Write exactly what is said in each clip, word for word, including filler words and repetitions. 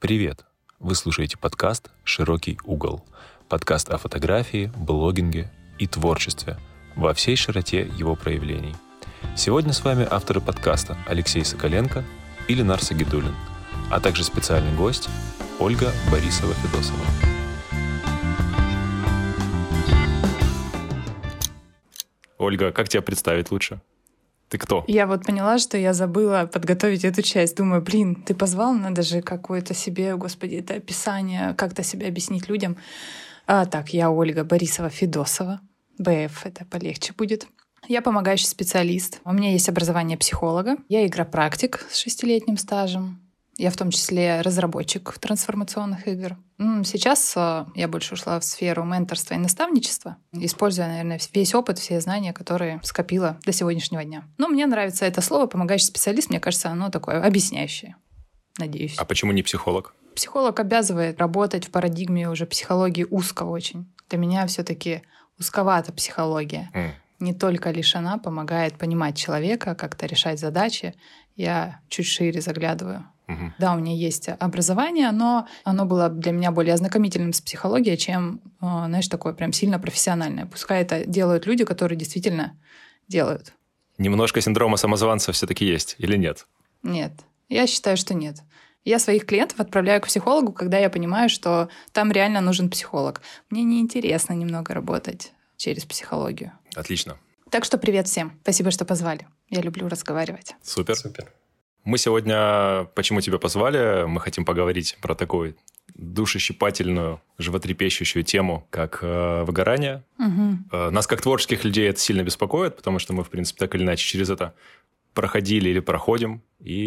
Привет! Вы слушаете подкаст «Широкий угол». Подкаст о фотографии, блогинге и творчестве во всей широте его проявлений. Сегодня с вами авторы подкаста Алексей Соколенко и Ленар Сагидуллин, а также специальный гость Ольга Борисова-Федосова. Ольга, как тебя представить лучше? Ты кто? Я вот поняла, что я забыла подготовить эту часть. Думаю, блин, ты позвал, надо же какое-то себе, господи, это описание, как-то себя объяснить людям. А, так, я Ольга Борисова-Федосова. БФ, это полегче будет. Я помогающий специалист. У меня есть образование психолога. Я игропрактик с шестилетним стажем. Я в том числе разработчик трансформационных игр. Сейчас я больше ушла в сферу менторства и наставничества, используя, наверное, весь опыт, все знания, которые скопила до сегодняшнего дня. Но мне нравится это слово «помогающий специалист». Мне кажется, оно такое объясняющее. Надеюсь. А почему не психолог? Психолог обязывает работать в парадигме уже психологии узко очень. Для меня все-таки узковата психология. Mm. Не только лишь она помогает понимать человека, как-то решать задачи. Я чуть шире заглядываю. Uh-huh. Да, у меня есть образование, но оно было для меня более ознакомительным с психологией, чем, знаешь, такое прям сильно профессиональное. Пускай это делают люди, которые действительно делают. Немножко синдрома самозванца все-таки есть или нет? Нет, я считаю, что нет. Я своих клиентов отправляю к психологу, когда я понимаю, что там реально нужен психолог. Мне неинтересно немного работать через психологию. Отлично. Так что привет всем. Спасибо, что позвали. Я люблю разговаривать. Супер. Супер. Мы сегодня, почему тебя позвали, мы хотим поговорить про такую душещипательную, животрепещущую тему, как э, выгорание. Угу. Э, нас, как творческих людей, это сильно беспокоит, потому что мы, в принципе, так или иначе через это проходили или проходим.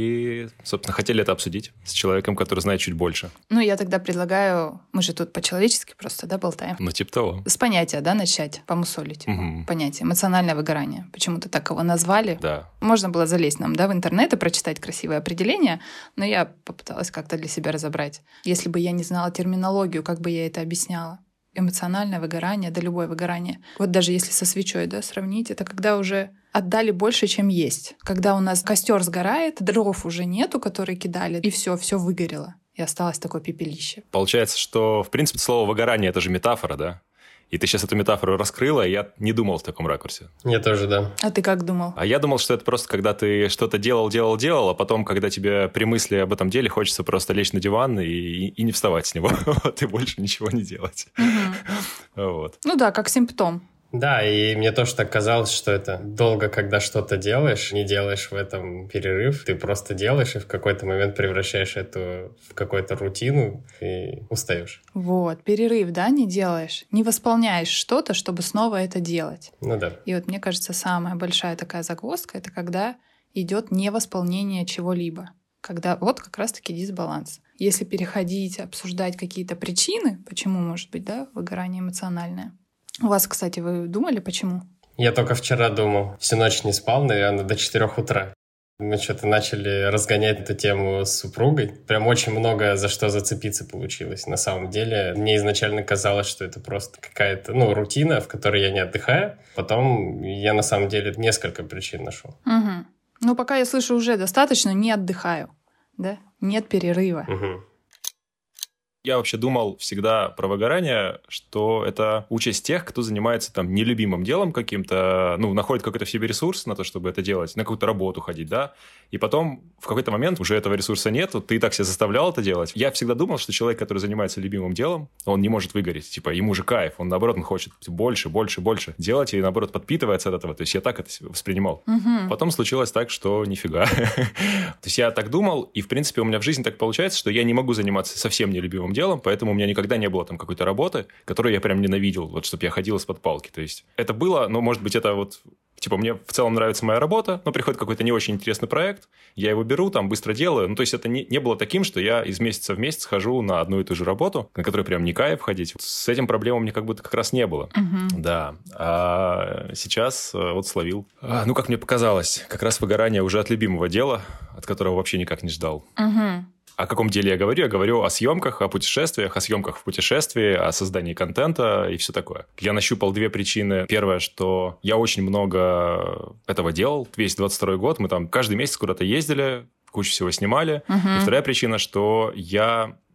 И, собственно, хотели это обсудить с человеком, который знает чуть больше. Ну, я тогда предлагаю... Мы же тут по-человечески просто, да, болтаем? Ну, типа того. С понятия, да, начать, помусолить. Угу. Понятие. Эмоциональное выгорание. Почему-то так его назвали. Да. Можно было залезть нам, да, в интернет и прочитать красивое определение, но я попыталась как-то для себя разобрать. Если бы я не знала терминологию, как бы я это объясняла? Эмоциональное выгорание, да любое выгорание. Вот даже если со свечой, да, сравнить, это когда уже отдали больше, чем есть. Когда у нас костер сгорает, дров уже нету, которые кидали, и все, все выгорело. И осталось такое пепелище. Получается, что, в принципе, слово «выгорание» — это же метафора, да? И ты сейчас эту метафору раскрыла, и я не думал в таком ракурсе. Я тоже, да. А ты как думал? А я думал, что это просто когда ты что-то делал, делал, делал, а потом, когда тебе при мысли об этом деле хочется просто лечь на диван и, и, и не вставать с него, вот, и больше ничего не делать. Угу. Вот. Ну да, как симптом. Да, и мне тоже так казалось, что это долго, когда что-то делаешь, не делаешь в этом перерыв, ты просто делаешь и в какой-то момент превращаешь это в какую-то рутину и устаешь. Вот, перерыв, да, не делаешь, не восполняешь что-то, чтобы снова это делать. Ну да. И вот мне кажется, самая большая такая загвоздка — это когда идет невосполнение чего-либо. Когда вот как раз-таки дисбаланс. Если переходить, обсуждать какие-то причины, почему может быть, да, выгорание эмоциональное. У вас, кстати, вы думали, почему? Я только вчера думал. Всю ночь не спал, наверное, до четырех утра. Мы что-то начали разгонять эту тему с супругой. Прям очень много за что зацепиться получилось. На самом деле, мне изначально казалось, что это просто какая-то, ну, рутина, в которой я не отдыхаю. Потом я, на самом деле, несколько причин нашел. Угу. Ну, пока я слышу уже достаточно, не отдыхаю, да? Нет перерыва. Угу. Я вообще думал всегда про выгорание, что это участь тех, кто занимается там нелюбимым делом каким-то, ну, находит какой-то в себе ресурс на то, чтобы это делать, на какую-то работу ходить, да, и потом в какой-то момент уже этого ресурса нет, ты и так себя заставлял это делать. Я всегда думал, что человек, который занимается любимым делом, он не может выгореть, типа, ему же кайф, он, наоборот, он хочет больше, больше, больше делать и, наоборот, подпитывается от этого, то есть я так это воспринимал. Угу. Потом случилось так, что нифига. То есть я так думал, и, в принципе, у меня в жизни так получается, что я не могу заниматься совсем нелюбимым делом, поэтому у меня никогда не было там какой-то работы, которую я прям ненавидел, вот, чтобы я ходил из-под палки. То есть это было, но, может быть, это вот... Типа, мне в целом нравится моя работа, но приходит какой-то не очень интересный проект, я его беру, там, быстро делаю. Ну, то есть это не, не было таким, что я из месяца в месяц хожу на одну и ту же работу, на которую прям не кайф ходить. С этим проблем мне как будто как раз не было. Угу. Да. А сейчас вот словил. А, ну, как мне показалось, как раз выгорание уже от любимого дела, от которого вообще никак не ждал. Угу. О каком деле я говорю? Я говорю о съемках, о путешествиях, о съемках в путешествии, о создании контента и все такое. Я нащупал две причины. Первое, что я очень много этого делал. Весь двадцать второй год мы там каждый месяц куда-то ездили, кучу всего снимали. Uh-huh. И вторая причина, что я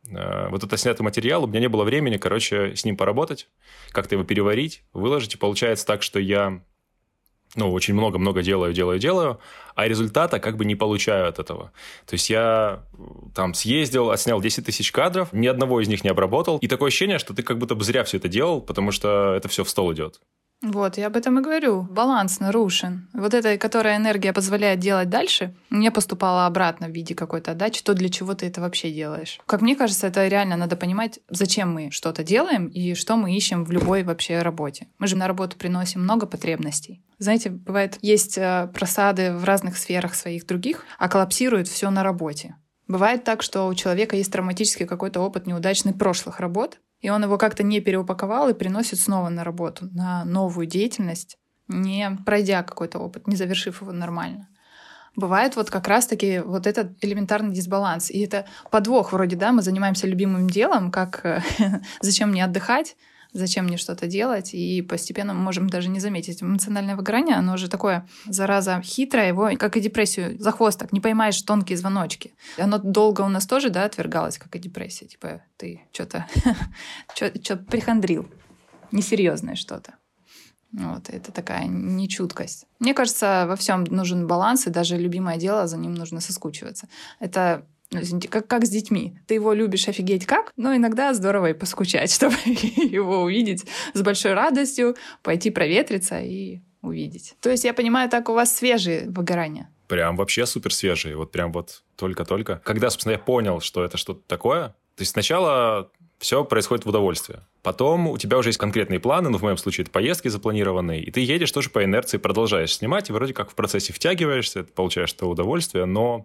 вот это снятый материал, у меня не было времени, короче, с ним поработать, как-то его переварить, выложить. И получается так, что я ну, очень много-много делаю, делаю, делаю, а результата как бы не получаю от этого. То есть я там съездил, отснял десять тысяч кадров, ни одного из них не обработал. И такое ощущение, что ты как будто бы зря все это делал, потому что это все в стол идет. Вот, я об этом и говорю. Баланс нарушен. Вот эта, которая энергия позволяет делать дальше, мне поступала обратно в виде какой-то отдачи. То, для чего ты это вообще делаешь. Как мне кажется, это реально надо понимать, зачем мы что-то делаем и что мы ищем в любой вообще работе. Мы же на работу приносим много потребностей. Знаете, бывает, есть просады в разных сферах своих других, а коллапсирует все на работе. Бывает так, что у человека есть травматический какой-то опыт неудачный прошлых работ, и он его как-то не переупаковал и приносит снова на работу, на новую деятельность, не пройдя какой-то опыт, не завершив его нормально. Бывает вот как раз-таки вот этот элементарный дисбаланс. И это подвох вроде, да, мы занимаемся любимым делом, как зачем мне отдыхать, зачем мне что-то делать, и постепенно мы можем даже не заметить. Эмоциональное выгорание, оно же такое, зараза, хитрое, его, как и депрессию, за хвост так, не поймаешь тонкие звоночки. Оно долго у нас тоже, да, отвергалось, как и депрессия. Типа, ты что-то что-то прихандрил, несерьезное что-то. Вот, это такая нечуткость. Мне кажется, во всем нужен баланс, и даже любимое дело, за ним нужно соскучиваться. Это Как, как с детьми. Ты его любишь офигеть как, но иногда здорово и поскучать, чтобы его увидеть с большой радостью, пойти проветриться и увидеть. То есть я понимаю, так у вас свежие выгорания. Прям вообще супер свежие. Вот прям вот только-только. Когда, собственно, я понял, что это что-то такое, то есть сначала все происходит в удовольствие. Потом у тебя уже есть конкретные планы, ну, в моем случае это поездки запланированные, и ты едешь тоже по инерции, продолжаешь снимать, и вроде как в процессе втягиваешься, получаешь то удовольствие, но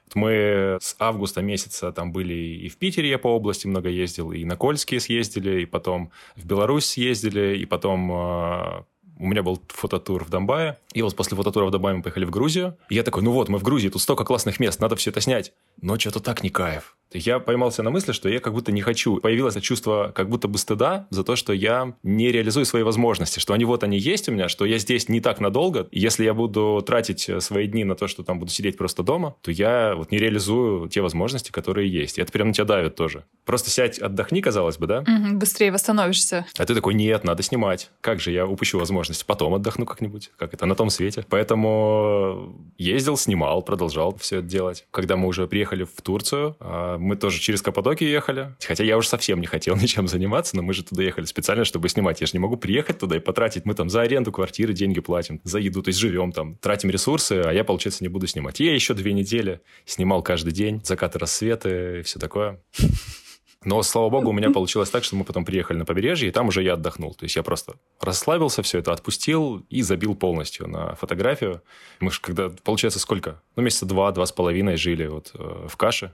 мы с августа месяца там были и в Питере, я по области много ездил, и на Кольские съездили, и потом в Беларусь съездили, и потом э, у меня был фототур в Домбае. И вот после фототура в Домбае мы поехали в Грузию. И я такой, ну вот, мы в Грузии, тут столько классных мест, надо все это снять. Но что-то так не кайф. Я поймался на мысли, что я как будто не хочу. Появилось чувство как будто бы стыда за то, что я не реализую свои возможности, что они вот они есть у меня, что я здесь не так надолго. И если я буду тратить свои дни на то, что там буду сидеть просто дома, то я вот не реализую те возможности, которые есть. И это прям на тебя давит тоже. Просто сядь, отдохни, казалось бы, да? Угу, быстрее восстановишься. А ты такой, нет, надо снимать. Как же я упущу возможность? Потом отдохну как-нибудь. Как это? На том свете. Поэтому ездил, снимал, продолжал все это делать. Когда мы уже приехали в Турцию, мы тоже через Каппадокию ехали. Хотя я уже совсем не хотел ничем заниматься, но мы же туда ехали специально, чтобы снимать. Я же не могу приехать туда и потратить. Мы там за аренду квартиры деньги платим, за еду, то есть живем там, тратим ресурсы, а я, получается, не буду снимать. И я еще две недели снимал каждый день, закаты, рассветы и все такое. Но, слава богу, у меня получилось так, что мы потом приехали на побережье, и там уже я отдохнул. То есть я просто расслабился, все это отпустил и забил полностью на фотографию. Мы же когда, получается, сколько? Ну, месяца два, два с половиной жили вот э, в Каше.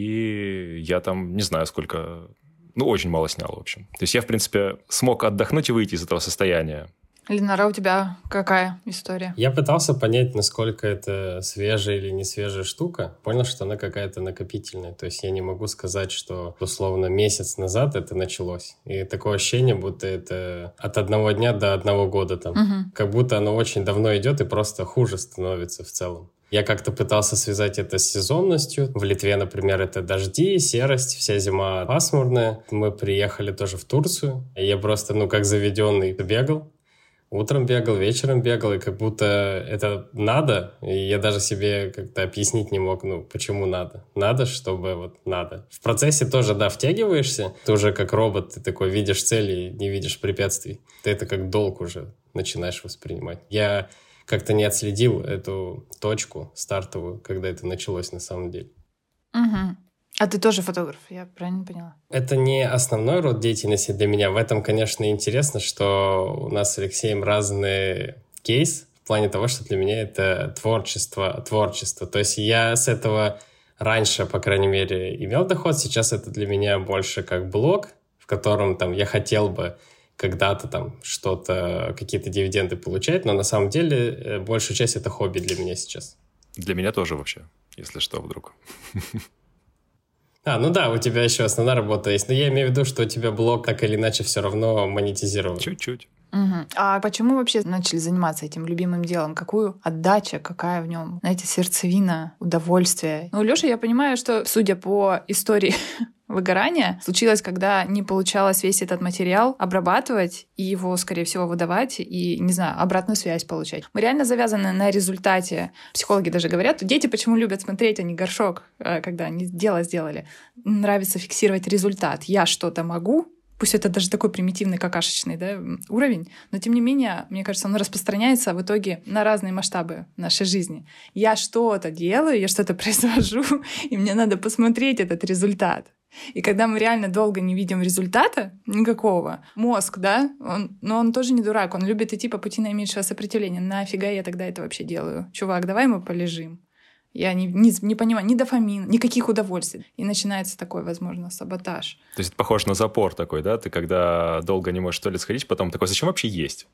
И я там не знаю, сколько... Ну, очень мало снял, в общем. То есть я, в принципе, смог отдохнуть и выйти из этого состояния. Ленара, у тебя какая история? Я пытался понять, насколько это свежая или не свежая штука. Понял, что она какая-то накопительная. То есть я не могу сказать, что условно месяц назад это началось. И такое ощущение, будто это от одного дня до одного года там. Угу. Как будто оно очень давно идет и просто хуже становится в целом. Я как-то пытался связать это с сезонностью. В Литве, например, это дожди, серость, вся зима пасмурная. Мы приехали тоже в Турцию. И я просто, ну, как заведенный бегал. Утром бегал, вечером бегал, и как будто это надо, и я даже себе как-то объяснить не мог, ну, почему надо. Надо, чтобы вот надо. В процессе тоже, да, втягиваешься, ты уже как робот, ты такой видишь цели, не видишь препятствий. Ты это как долг уже начинаешь воспринимать. Я как-то не отследил эту точку стартовую, когда это началось на самом деле. Угу. А ты тоже фотограф, я правильно поняла? Это не основной род деятельности для меня. В этом, конечно, интересно, что у нас с Алексеем разный кейс в плане того, что для меня это творчество, творчество. То есть я с этого раньше, по крайней мере, имел доход. Сейчас это для меня больше как блог, в котором там я хотел бы когда-то там что-то, какие-то дивиденды получать, но на самом деле большая часть это хобби для меня сейчас. Для меня тоже вообще, если что, вдруг. А, ну да, у тебя еще основная работа есть. Но я имею в виду, что у тебя блог так или иначе все равно монетизирован. Чуть-чуть. Угу. А почему вообще начали заниматься этим любимым делом? Какую отдача, какая в нем, знаете, сердцевина, удовольствие? Ну, у Лёши, я понимаю, что, судя по истории выгорание случилось, когда не получалось весь этот материал обрабатывать и его, скорее всего, выдавать и, не знаю, обратную связь получать. Мы реально завязаны на результате. Психологи даже говорят, дети почему любят смотреть, а не горшок, когда они дело сделали. Нравится фиксировать результат. Я что-то могу, пусть это даже такой примитивный какашечный, да, уровень, но тем не менее, мне кажется, он распространяется в итоге на разные масштабы нашей жизни. Я что-то делаю, я что-то произвожу, и мне надо посмотреть этот результат. И когда мы реально долго не видим результата никакого, мозг, да, он, но он тоже не дурак, он любит идти по пути наименьшего сопротивления. Нафига я тогда это вообще делаю? Чувак, давай мы полежим. Я не, не, не понимаю ни дофамина, никаких удовольствий. И начинается такой, возможно, саботаж. То есть это похоже на запор такой, да? Ты когда долго не можешь в туалет сходить, потом такой, зачем вообще есть?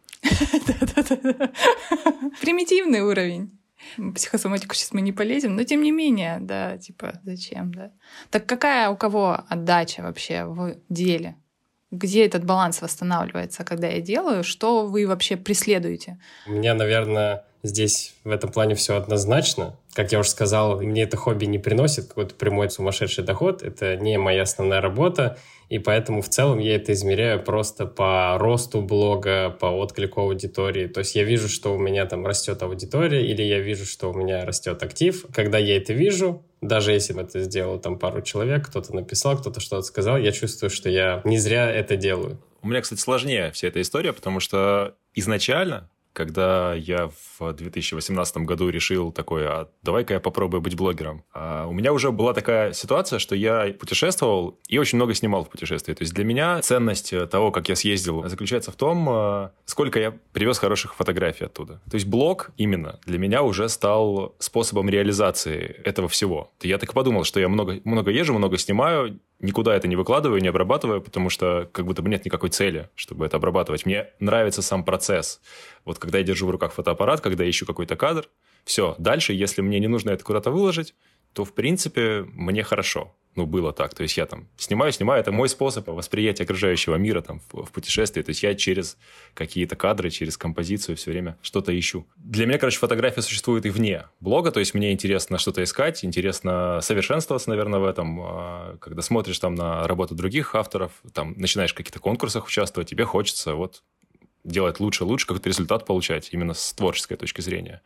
Да-да-да. Примитивный уровень. В психосоматику сейчас мы не полезем, но тем не менее, да, типа, зачем, да? Так какая у кого отдача вообще в деле? Где этот баланс восстанавливается, когда я делаю? Что вы вообще преследуете? У меня, наверное, здесь в этом плане все однозначно. Как я уже сказал, мне это хобби не приносит какой-то прямой сумасшедший доход. Это не моя основная работа. И поэтому в целом я это измеряю просто по росту блога, по отклику аудитории. То есть я вижу, что у меня там растет аудитория, или я вижу, что у меня растет актив. Когда я это вижу, даже если это сделал там пару человек, кто-то написал, кто-то что-то сказал, я чувствую, что я не зря это делаю. У меня, кстати, сложнее вся эта история, потому что изначально, когда я в две тысячи восемнадцатом году решил такое, а давай-ка я попробую быть блогером, а у меня уже была такая ситуация, что я путешествовал и очень много снимал в путешествии. То есть для меня ценность того, как я съездил, заключается в том, сколько я привез хороших фотографий оттуда. То есть блог именно для меня уже стал способом реализации этого всего. Я так и подумал, что я много, много езжу, много снимаю, никуда это не выкладываю, не обрабатываю, потому что как будто бы нет никакой цели, чтобы это обрабатывать. Мне нравится сам процесс. Вот когда я держу в руках фотоаппарат, когда я ищу какой-то кадр, все, дальше, если мне не нужно это куда-то выложить, то, в принципе, мне хорошо. Ну, было так. То есть я там снимаю, снимаю. Это мой способ восприятия окружающего мира там, в, в путешествии. То есть я через какие-то кадры, через композицию все время что-то ищу. Для меня, короче, фотография существует и вне блога. То есть мне интересно что-то искать, интересно совершенствоваться, наверное, в этом. Когда смотришь там на работу других авторов, там начинаешь в каких-то конкурсах участвовать, тебе хочется вот делать лучше, лучше, какой-то результат получать именно с творческой точки зрения.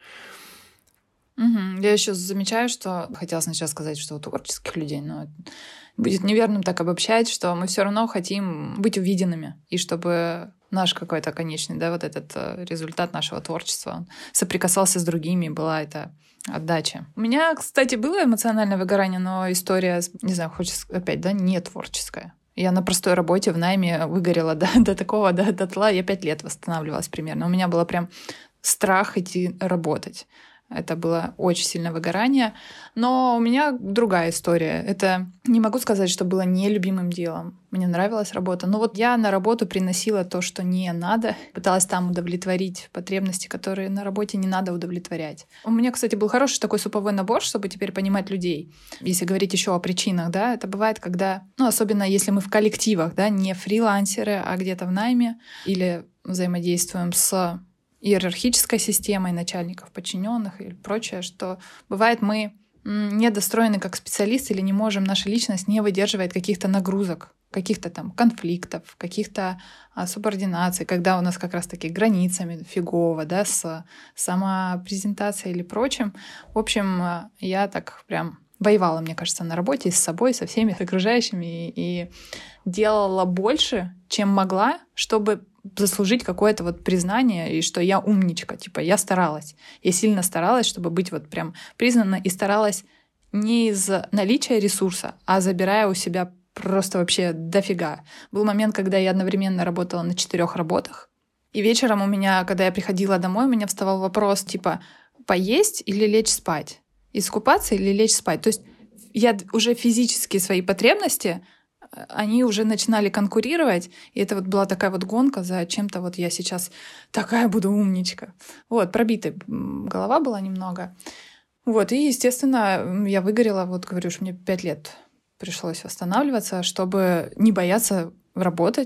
Угу. Я еще замечаю, что хотела сначала сказать, что у творческих людей, но будет неверным так обобщать, что мы все равно хотим быть увиденными, и чтобы наш какой-то конечный, да, вот этот результат нашего творчества он соприкасался с другими, была эта отдача. У меня, кстати, было эмоциональное выгорание, но история, не знаю, хочется опять, да, не творческая. Я на простой работе в найме выгорела до, до такого, до дотла. Я пять лет восстанавливалась примерно. У меня было прям страх идти работать. Это было очень сильное выгорание. Но у меня другая история. Это не могу сказать, что было нелюбимым делом. Мне нравилась работа. Но вот я на работу приносила то, что не надо. Пыталась там удовлетворить потребности, которые на работе не надо удовлетворять. У меня, кстати, был хороший такой суповой набор, чтобы теперь понимать людей. Если говорить еще о причинах, да, это бывает, когда, ну, особенно если мы в коллективах, да, не фрилансеры, а где-то в найме или взаимодействуем с иерархической системой начальников, подчиненных и прочее, что бывает мы недостроены как специалисты или не можем, наша личность не выдерживает каких-то нагрузок, каких-то там конфликтов, каких-то а, субординаций, когда у нас как раз-таки границами фигово, да, с самопрезентацией или прочим. В общем, я так прям воевала, мне кажется, на работе с собой, со всеми окружающими и делала больше, чем могла, чтобы заслужить какое-то вот признание, и что я умничка, типа я старалась. Я сильно старалась, чтобы быть вот прям признана, и старалась не из наличия ресурса, а забирая у себя просто вообще дофига. Был момент, когда я одновременно работала на четырех работах, и вечером у меня, когда я приходила домой, у меня вставал вопрос, типа, поесть или лечь спать? Искупаться или лечь спать? То есть я уже физически свои потребности они уже начинали конкурировать, и это вот была такая вот гонка за чем-то, вот я сейчас такая буду умничка. Вот, пробитая голова была немного. Вот, и, естественно, я выгорела, вот говорю, что мне пять лет пришлось восстанавливаться, чтобы не бояться работать,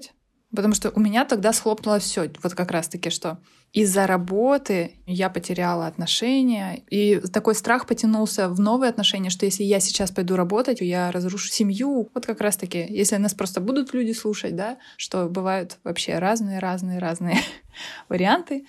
Потому что у меня тогда схлопнулось все. Вот как раз-таки, что из-за работы я потеряла отношения, и такой страх потянулся в новые отношения, что если я сейчас пойду работать, я разрушу семью. Вот как раз-таки, если нас просто будут люди слушать, да, что бывают вообще разные-разные-разные варианты.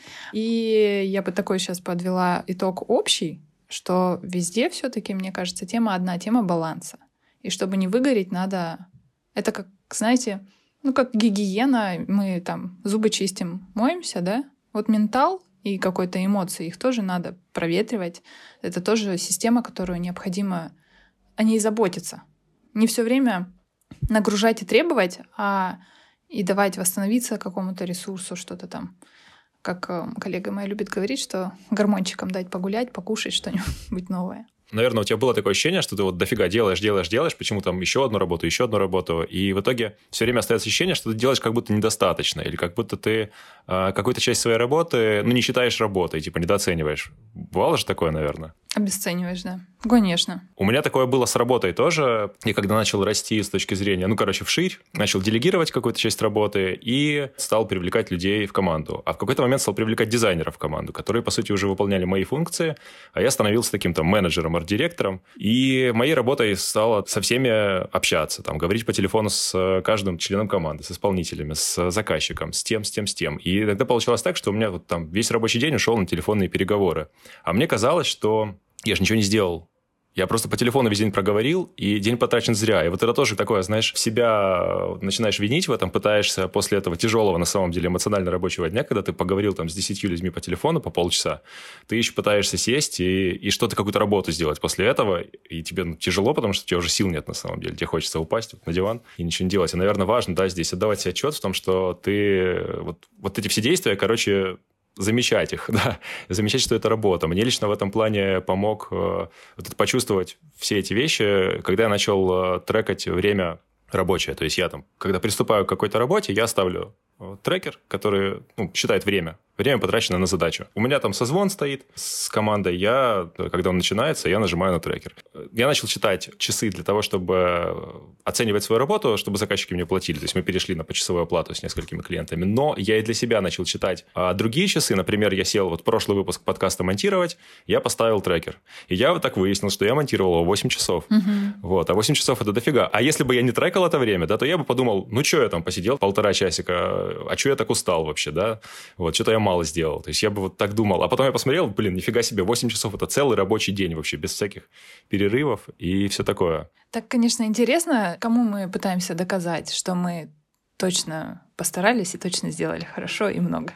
И я бы такой сейчас подвела итог общий, что везде все-таки, мне кажется, тема одна, тема баланса. И чтобы не выгореть, надо... Это как, знаете, ну как гигиена, мы там зубы чистим, моемся, да? Вот ментал и какой-то эмоции, их тоже надо проветривать. Это тоже система, которую необходимо о ней заботиться. Не все время нагружать и требовать, а и давать восстановиться какому-то ресурсу, что-то там. Как коллега моя любит говорить, что гормончикам дать погулять, покушать что-нибудь новое. Наверное, у тебя было такое ощущение, что ты вот дофига делаешь, делаешь, делаешь, почему там еще одну работу, еще одну работу, и в итоге все время остается ощущение, что ты делаешь как будто недостаточно, или как будто ты э, какую-то часть своей работы, ну, не считаешь работой, типа недооцениваешь. Бывало же такое, наверное? Обесцениваешь, да. Конечно. У меня такое было с работой тоже. Я когда начал расти с точки зрения, ну, короче, вширь, начал делегировать какую-то часть работы и стал привлекать людей в команду. А в какой-то момент стал привлекать дизайнеров в команду, которые, по сути, уже выполняли мои функции, а я становился таким там менеджером, арт-директором. И моей работой стало со всеми общаться, там, говорить по телефону с каждым членом команды, с исполнителями, с заказчиком, с тем, с тем, с тем. И иногда получалось так, что у меня вот там весь рабочий день ушел на телефонные переговоры. А мне казалось, что я же ничего не сделал. Я просто по телефону весь день проговорил, и день потрачен зря. И вот это тоже такое, знаешь, себя начинаешь винить в этом, пытаешься после этого тяжелого, на самом деле, эмоционально рабочего дня, когда ты поговорил там с десятью людьми по телефону по полчаса, ты еще пытаешься сесть и, и что-то, какую-то работу сделать после этого, и тебе ну, тяжело, потому что у тебя уже сил нет на самом деле. Тебе хочется упасть вот, на диван и ничего не делать. И, наверное, важно, да, здесь отдавать себе отчет в том, что ты вот, вот эти все действия, короче... замечать их, да, замечать, что это работа. Мне лично в этом плане помог э, вот это почувствовать все эти вещи, когда я начал э, трекать время рабочее. То есть я там, когда приступаю к какой-то работе, я ставлю э, трекер, который ну, считает время. Время потрачено на задачу. У меня там созвон стоит с командой. Я, когда он начинается, я нажимаю на трекер. Я начал считать часы для того, чтобы оценивать свою работу, чтобы заказчики мне платили. То есть мы перешли на почасовую оплату с несколькими клиентами. Но я и для себя начал считать а другие часы. Например, я сел вот прошлый выпуск подкаста монтировать, я поставил трекер. И я вот так выяснил, что я монтировал его восемь часов. Угу. Вот. А восемь часов это дофига. А если бы я не трекал это время, да, то я бы подумал, ну что я там посидел полтора часика, а что я так устал вообще, да? Вот, что-то я мало сделал. То есть я бы вот так думал. А потом я посмотрел, блин, нифига себе, восемь часов это целый рабочий день вообще, без всяких перерывов и все такое. Так, конечно, интересно, кому мы пытаемся доказать, что мы точно постарались и точно сделали хорошо и много.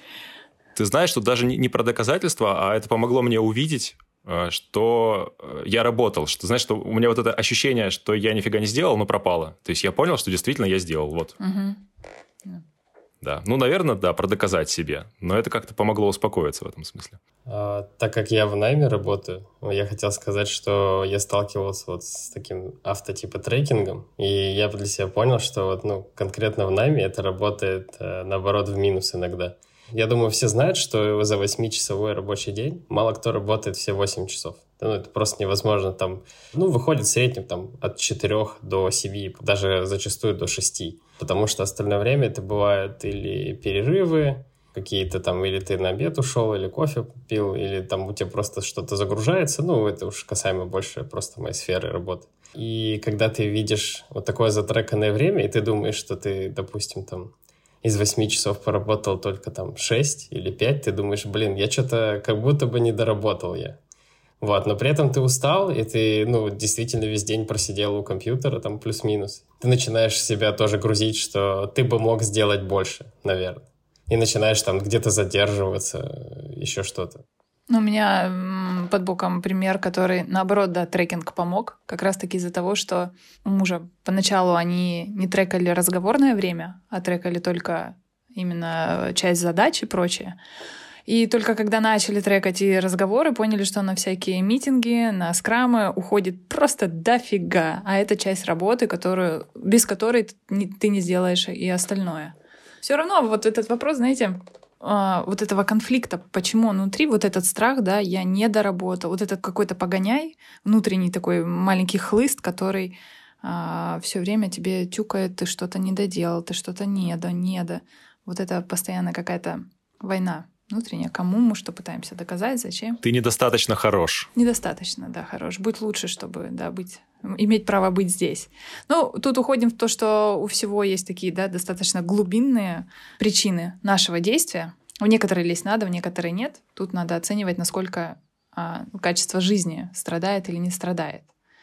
Ты знаешь, что даже не про доказательства, а это помогло мне увидеть, что я работал. Что, знаешь, что у меня вот это ощущение, что я нифига не сделал, но пропало. То есть я понял, что действительно я сделал. Вот. Угу. Да. Ну, наверное, да, продоказать себе. Но это как-то помогло успокоиться в этом смысле. А, так как я в найме работаю, я хотел сказать, что я сталкивался вот с таким автотипа трекингом, и я для себя понял, что вот, ну, конкретно в найме это работает, наоборот, в минус иногда. Я думаю, все знают, что за восьмичасовой рабочий день мало кто работает все восемь часов. Ну, это просто невозможно. Там, ну, выходит в среднем там, от четырёх до семи, даже зачастую до шести. Потому что остальное время это бывают или перерывы какие-то там, или ты на обед ушел, или кофе пил, или там у тебя просто что-то загружается. Ну, это уж касаемо больше просто моей сферы работы. И когда ты видишь вот такое затреканное время, и ты думаешь, что ты, допустим, там из восьми часов поработал только там шесть или пять, ты думаешь, блин, я что-то как будто бы не доработал я. Вот, но при этом ты устал, и ты, ну, действительно весь день просидел у компьютера, там, плюс-минус. Ты начинаешь себя тоже грузить, что ты бы мог сделать больше, наверное. И начинаешь там где-то задерживаться, еще что-то. У меня под боком пример, который, наоборот, да, трекинг помог. Как раз-таки из-за того, что у мужа поначалу они не трекали разговорное время, а трекали только именно часть задач и прочее. И только когда начали трекать и разговоры, поняли, что на всякие митинги, на скрамы уходит просто дофига. А это часть работы, которую, без которой ты не сделаешь и остальное. Все равно вот этот вопрос, знаете, вот этого конфликта, почему внутри вот этот страх, да, я не доработал, вот этот какой-то погоняй, внутренний такой маленький хлыст, который а, все время тебе тюкает, ты что-то не доделал, ты что-то не до, не до. Вот это постоянно какая-то война внутренняя. Кому мы что пытаемся доказать, зачем? Ты недостаточно хорош. Недостаточно, да, хорош. Будь лучше, чтобы, да, быть, иметь право быть здесь. Ну, тут уходим в то, что у всего есть такие, да, достаточно глубинные причины нашего действия. В некоторые лезть надо, в некоторые нет. Тут надо оценивать, насколько а, качество жизни страдает или не страдает.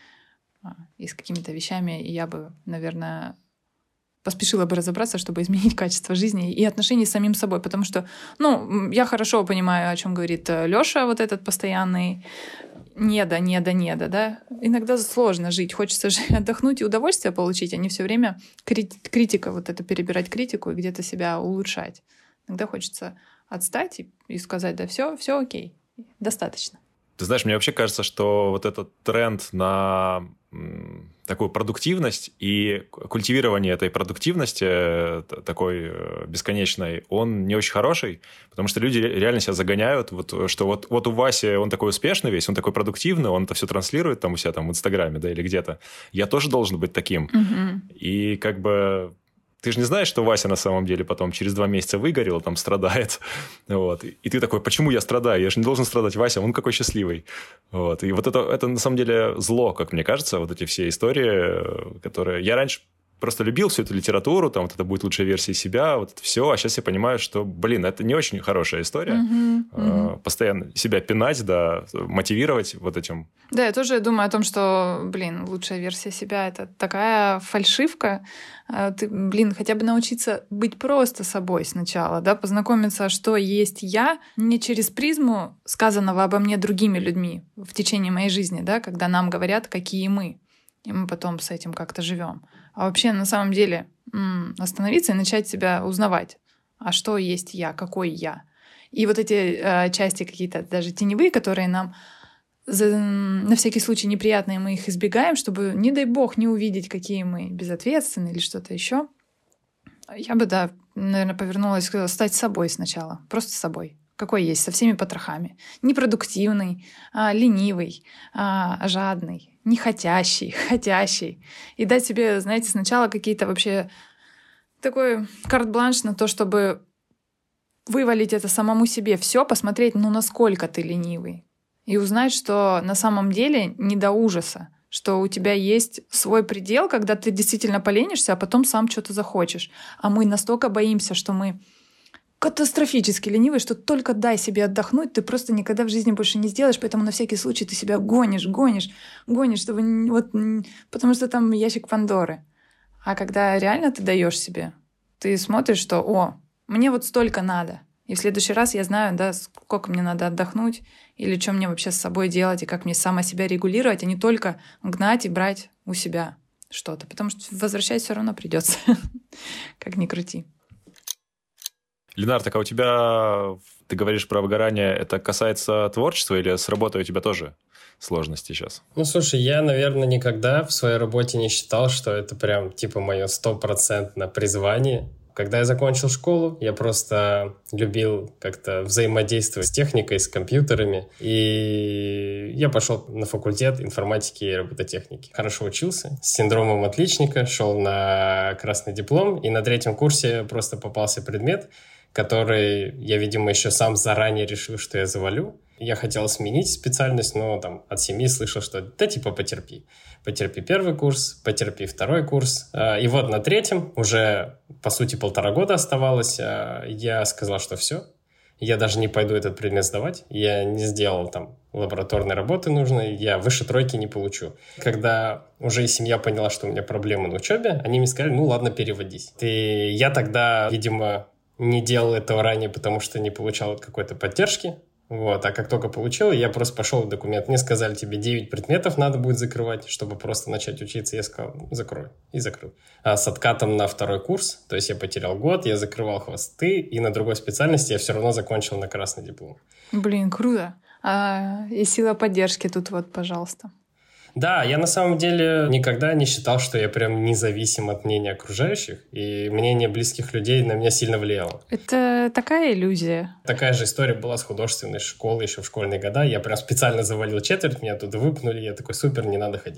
А, и с какими-то вещами я бы, наверное, поспешила бы разобраться, чтобы изменить качество жизни и отношений с самим собой. Потому что, ну, я хорошо понимаю, о чем говорит Лёша, вот этот постоянный недо, недо, недо, да. Иногда сложно жить, хочется же отдохнуть и удовольствие получить, а не все время критика, вот это перебирать критику и где-то себя улучшать. Иногда хочется отстать и, и сказать, да все, все окей, достаточно. Ты знаешь, мне вообще кажется, что вот этот тренд на м, такую продуктивность и культивирование этой продуктивности, такой бесконечной, он не очень хороший, потому что люди реально себя загоняют, вот, что вот, вот у Васи он такой успешный весь, он такой продуктивный, он это все транслирует там у себя там в Инстаграме, да, или где-то. Я тоже должен быть таким. Угу. И как бы... Ты же не знаешь, что Вася на самом деле потом через два месяца выгорел, там страдает. Вот. И ты такой, почему я страдаю? Я же не должен страдать, Вася, он какой счастливый. Вот. И вот это, это на самом деле зло, как мне кажется, вот эти все истории, которые... Я раньше просто любил всю эту литературу, там вот это будет лучшая версия себя, вот это все, а сейчас я понимаю, что, блин, это не очень хорошая история. Mm-hmm. Mm-hmm. Постоянно себя пинать, да, мотивировать вот этим. Да, я тоже думаю о том, что, блин, лучшая версия себя — это такая фальшивка. Ты, блин, хотя бы научиться быть просто собой сначала, да, познакомиться, что есть я, не через призму сказанного обо мне другими людьми в течение моей жизни, да, когда нам говорят, какие мы, и мы потом с этим как-то живем. А вообще, на самом деле, остановиться и начать себя узнавать. А что есть я? Какой я? И вот эти э, части какие-то даже теневые, которые нам за, на всякий случай неприятные, мы их избегаем, чтобы, не дай бог, не увидеть, какие мы безответственные или что-то еще. Я бы, да, наверное, повернулась стать собой сначала. Просто собой. Какой есть, со всеми потрохами. Непродуктивный, а, ленивый, а, жадный, нехотящий, хотящий. И дать себе, знаете, сначала какие-то вообще такой карт-бланш на то, чтобы вывалить это самому себе все, посмотреть, ну, насколько ты ленивый. И узнать, что на самом деле не до ужаса, что у тебя есть свой предел, когда ты действительно поленишься, а потом сам что-то захочешь. А мы настолько боимся, что мы катастрофически ленивый, что только дай себе отдохнуть, ты просто никогда в жизни больше не сделаешь, поэтому на всякий случай ты себя гонишь, гонишь, гонишь, чтобы вот, потому что там ящик Пандоры. А когда реально ты даешь себе, ты смотришь, что «О, мне вот столько надо». И в следующий раз я знаю, да, сколько мне надо отдохнуть или что мне вообще с собой делать, и как мне сама себя регулировать, а не только гнать и брать у себя что-то. Потому что возвращать все равно придется, как ни крути. Ленар, так а у тебя, ты говоришь про выгорание, это касается творчества или с работой у тебя тоже сложности сейчас? Ну, слушай, я, наверное, никогда в своей работе не считал, что это прям типа мое стопроцентное призвание. Когда я закончил школу, я просто любил как-то взаимодействовать с техникой, с компьютерами. И я пошел на факультет информатики и робототехники. Хорошо учился, с синдромом отличника, шел на красный диплом. И на третьем курсе просто попался предмет, который я, видимо, еще сам заранее решил, что я завалю. Я хотел сменить специальность, но там от семьи слышал, что да типа потерпи. Потерпи первый курс, потерпи второй курс. И вот на третьем, уже по сути полтора года оставалось, я сказал, что все. Я даже не пойду этот предмет сдавать. Я не сделал там лабораторной работы нужной, я выше тройки не получу. Когда уже и семья поняла, что у меня проблемы на учебе, они мне сказали, ну ладно, переводись. И я тогда, видимо, не делал этого ранее, потому что не получал какой-то поддержки. Вот. А как только получил, я просто пошел в документ. Мне сказали, тебе девять предметов надо будет закрывать, чтобы просто начать учиться. Я сказал, ну, закрой. И закрыл. А с откатом на второй курс, то есть я потерял год, я закрывал хвосты, и на другой специальности я все равно закончил на красный диплом. Блин, круто. А, и сила поддержки тут вот, пожалуйста. Да, я на самом деле никогда не считал, что я прям независим от мнения окружающих, и мнение близких людей на меня сильно влияло. Это такая иллюзия. Такая же история была с художественной школой еще в школьные года. Я прям специально завалил четверть, меня оттуда выпнули, я такой, супер, не надо ходить.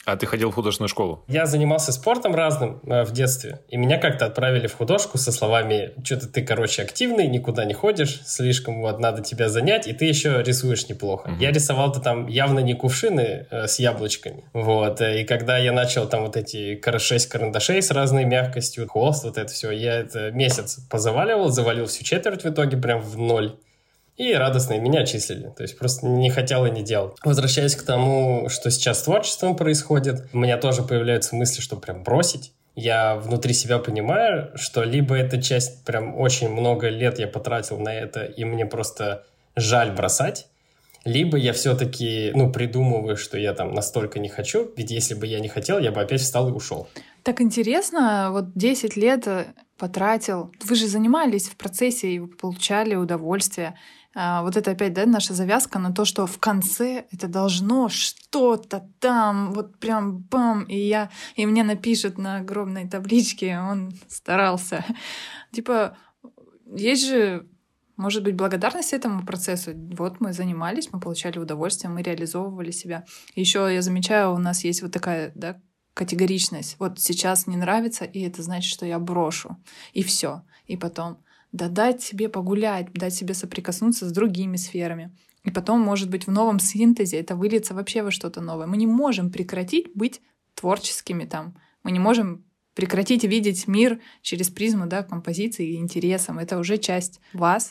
А ты ходил в художественную школу? Я занимался спортом разным э, в детстве, и меня как-то отправили в художку со словами: что-то ты, короче, активный, никуда не ходишь, слишком вот надо тебя занять, и ты еще рисуешь неплохо. Угу. Я рисовал-то там явно не кувшины э, с яблочками, вот, и когда я начал там вот эти шесть карандашей с разной мягкостью, холст, вот это все, я это месяц позаваливал, завалил всю четверть в итоге прям в ноль. И радостно меня отчислили. То есть просто не хотел и не делал. Возвращаясь к тому, что сейчас с творчеством происходит, у меня тоже появляются мысли, что прям бросить. Я внутри себя понимаю, что либо эта часть прям очень много лет я потратил на это, и мне просто жаль бросать, либо я все-таки, ну, придумываю, что я там настолько не хочу, ведь если бы я не хотел, я бы опять встал и ушел. Так интересно, вот десять лет потратил. Вы же занимались в процессе и получали удовольствие. А вот это опять, да, наша завязка на то, что в конце это должно что-то там, вот прям бам, и я, и мне напишут на огромной табличке, он старался. Типа, есть же, может быть, благодарность этому процессу. Вот мы занимались, мы получали удовольствие, мы реализовывали себя. Еще я замечаю, у нас есть вот такая, да, категоричность. Вот сейчас не нравится, и это значит, что я брошу. И все. И потом да дать себе погулять, дать себе соприкоснуться с другими сферами. И потом, может быть, в новом синтезе это выльется вообще во что-то новое. Мы не можем прекратить быть творческими там. Мы не можем прекратить видеть мир через призму, да, композиции и интересам. Это уже часть вас.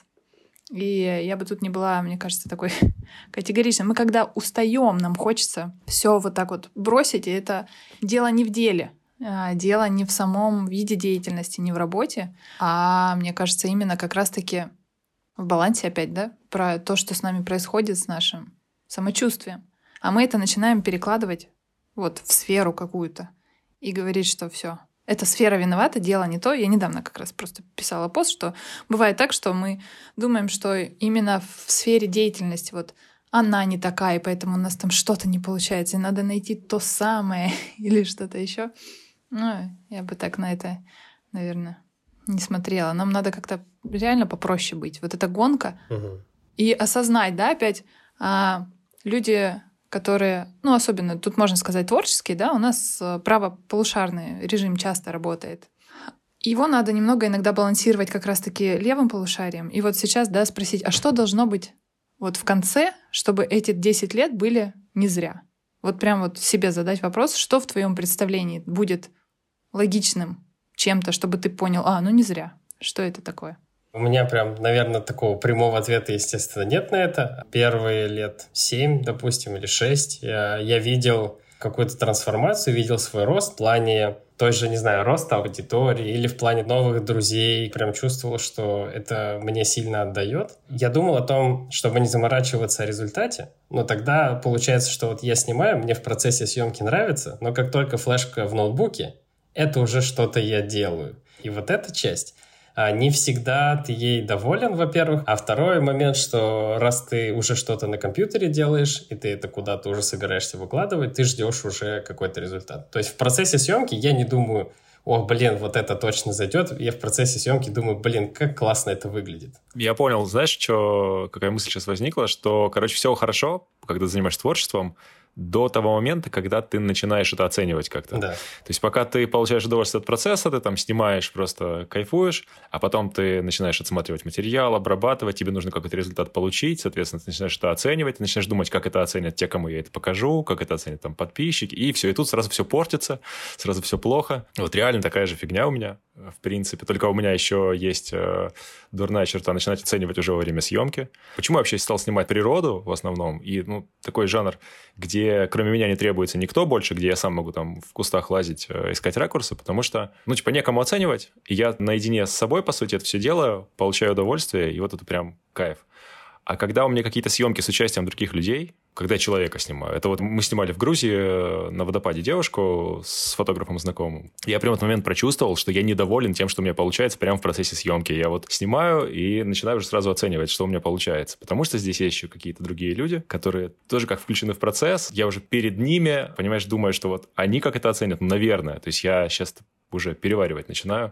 И я бы тут не была, мне кажется, такой категоричной. Мы когда устаем, нам хочется все вот так вот бросить, и это дело не в деле. Дело не в самом виде деятельности, не в работе, а, мне кажется, именно как раз-таки в балансе опять, да, про то, что с нами происходит, с нашим самочувствием. А мы это начинаем перекладывать вот в сферу какую-то и говорить, что все, эта сфера виновата, дело не то. Я недавно как раз просто писала пост, что бывает так, что мы думаем, что именно в сфере деятельности вот она не такая, и поэтому у нас там что-то не получается, и надо найти то самое или что-то еще. Ну, я бы так на это, наверное, не смотрела. Нам надо как-то реально попроще быть. Вот эта гонка. Угу. И осознать, да, опять а, люди, которые, ну, особенно, тут можно сказать, творческие, да, у нас правополушарный режим часто работает. Его надо немного иногда балансировать как раз-таки левым полушарием. И вот сейчас, да, спросить, а что должно быть вот в конце, чтобы эти десять лет были не зря? Вот прям вот себе задать вопрос, что в твоем представлении будет логичным чем-то, чтобы ты понял, а, ну не зря. Что это такое? У меня прям, наверное, такого прямого ответа, естественно, нет на это. Первые лет семь, допустим, или шесть я, я видел какую-то трансформацию, видел свой рост в плане той же, не знаю, роста аудитории или в плане новых друзей. Прям чувствовал, что это мне сильно отдает. Я думал о том, чтобы не заморачиваться о результате, но тогда получается, что вот я снимаю, мне в процессе съемки нравится, но как только флешка в ноутбуке, это уже что-то я делаю. И вот эта часть, не всегда ты ей доволен, во-первых. А второй момент, что раз ты уже что-то на компьютере делаешь, и ты это куда-то уже собираешься выкладывать, ты ждешь уже какой-то результат. То есть в процессе съемки я не думаю, о, блин, вот это точно зайдет. Я в процессе съемки думаю, блин, как классно это выглядит. Я понял, знаешь, что, какая мысль сейчас возникла, что, короче, все хорошо, когда занимаешься творчеством, до того момента, когда ты начинаешь это оценивать как-то. Да. То есть пока ты получаешь удовольствие от процесса, ты там снимаешь, просто кайфуешь, а потом ты начинаешь отсматривать материал, обрабатывать, тебе нужно какой-то результат получить, соответственно, ты начинаешь это оценивать, ты начинаешь думать, как это оценят те, кому я это покажу, как это оценят там подписчики, и все, и тут сразу все портится, сразу все плохо. Вот реально такая же фигня у меня, в принципе, только у меня еще есть э, дурная черта начинать оценивать уже во время съемки. Почему я вообще стал снимать природу в основном, и ну, такой жанр, где кроме меня не требуется никто больше, где я сам могу там в кустах лазить, искать ракурсы, потому что, ну, типа, некому оценивать, и я наедине с собой, по сути, это все делаю, получаю удовольствие, и вот это прям кайф. А когда у меня какие-то съемки с участием других людей, когда я человека снимаю, это вот мы снимали в Грузии на водопаде девушку с фотографом знакомым, я прямо в этот момент прочувствовал, что я недоволен тем, что у меня получается прямо в процессе съемки. Я вот снимаю и начинаю уже сразу оценивать, что у меня получается, потому что здесь есть еще какие-то другие люди, которые тоже как включены в процесс, я уже перед ними, понимаешь, думаю, что вот они как это оценят, ну, наверное, то есть я сейчас уже переваривать начинаю,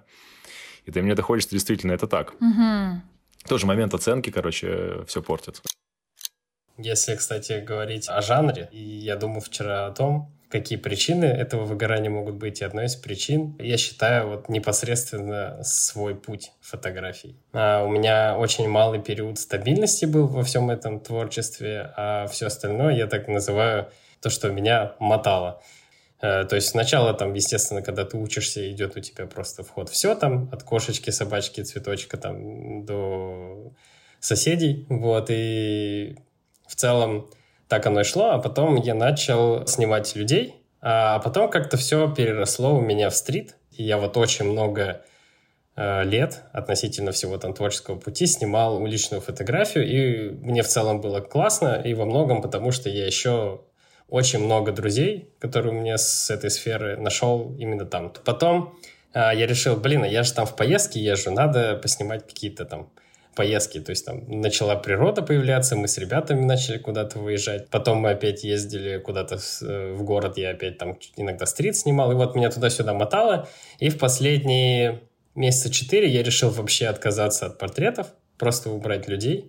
и до меня доходит, что действительно это так. Угу. Тоже момент оценки, короче, все портит. Если, кстати, говорить о жанре, и я думал вчера о том, какие причины этого выгорания могут быть. И одной из причин, я считаю, вот непосредственно свой путь фотографий. А у меня очень малый период стабильности был во всем этом творчестве, а все остальное я так называю то, что меня мотало. То есть сначала там, естественно, когда ты учишься, идет у тебя просто вход все там, от кошечки, собачки, цветочка там до соседей, вот, и в целом так оно и шло, а потом я начал снимать людей, а потом как-то все переросло у меня в стрит, и я вот очень много э, лет относительно всего там творческого пути снимал уличную фотографию, и мне в целом было классно, и во многом потому, что я еще очень много друзей, которые у меня с этой сферы, нашел именно там. Потом э, я решил, блин, а я же там в поездке езжу, надо поснимать какие-то там поездки, то есть там начала природа появляться, мы с ребятами начали куда-то выезжать, потом мы опять ездили куда-то в город, я опять там иногда стрит снимал, и вот меня туда-сюда мотало, и в последние месяца четыре я решил вообще отказаться от портретов, просто убрать людей,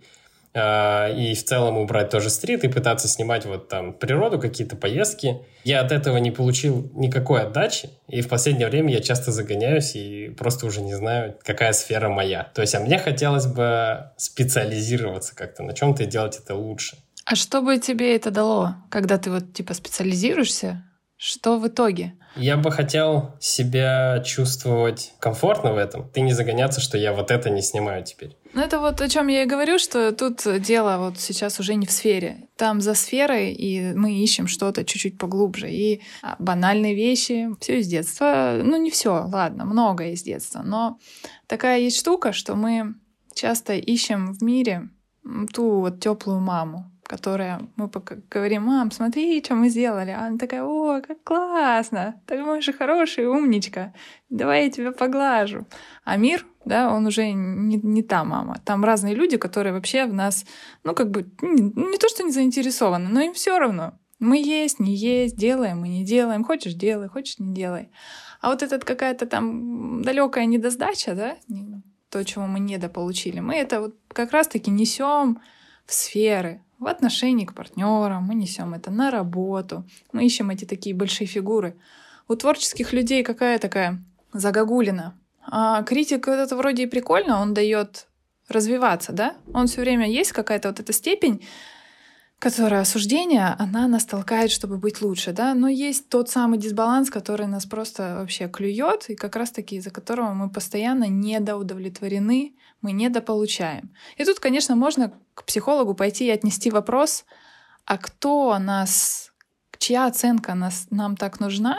и в целом убрать тоже стрит и пытаться снимать вот там природу, какие-то поездки. Я от этого не получил никакой отдачи, и в последнее время я часто загоняюсь и просто уже не знаю, какая сфера моя. То есть, а мне хотелось бы специализироваться как-то на чем-то и делать это лучше. А что бы тебе это дало, когда ты вот типа специализируешься? Что в итоге? Я бы хотел себя чувствовать комфортно в этом. Ты не загоняться, что я вот это не снимаю теперь. Ну, это вот о чем я и говорю, что тут дело вот сейчас уже не в сфере. Там за сферой, и мы ищем что-то чуть-чуть поглубже. И банальные вещи, все из детства. Ну, не все, ладно, многое из детства. Но такая есть штука, что мы часто ищем в мире ту вот теплую маму, которая, мы пока говорим: мам, смотри, что мы сделали. А она такая: о, как классно, такой же хороший, умничка, давай я тебя поглажу. А мир, да, он уже не, не та мама. Там разные люди, которые вообще в нас, ну, как бы, не, не то, что не заинтересованы, но им все равно. Мы есть, не есть, делаем, мы не делаем. Хочешь — делай, хочешь — не делай. А вот эта какая-то там далекая недосдача, да, то, чего мы недополучили, мы это вот как раз-таки несем в сферы, в отношении к партнерам, мы несем это на работу, мы ищем эти такие большие фигуры. У творческих людей какая такая загогулина. А критик это вроде и прикольно, он дает развиваться, да? Он все время есть какая-то вот эта степень, которая осуждение, она нас толкает, чтобы быть лучше, да? Но есть тот самый дисбаланс, который нас просто вообще клюет, и как раз-таки из-за которого мы постоянно недоудовлетворены, мы недополучаем. И тут, конечно, можно к психологу пойти и отнести вопрос: а кто нас, чья оценка нас, нам так нужна,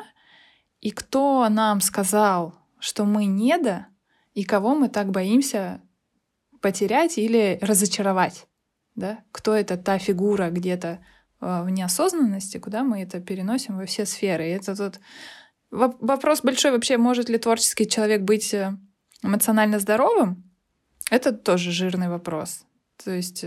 и кто нам сказал, что мы недо, и кого мы так боимся потерять или разочаровать? Да? Кто это та фигура где-то в неосознанности, куда мы это переносим во все сферы? И это тут вопрос большой вообще: может ли творческий человек быть эмоционально здоровым? Это тоже жирный вопрос. То есть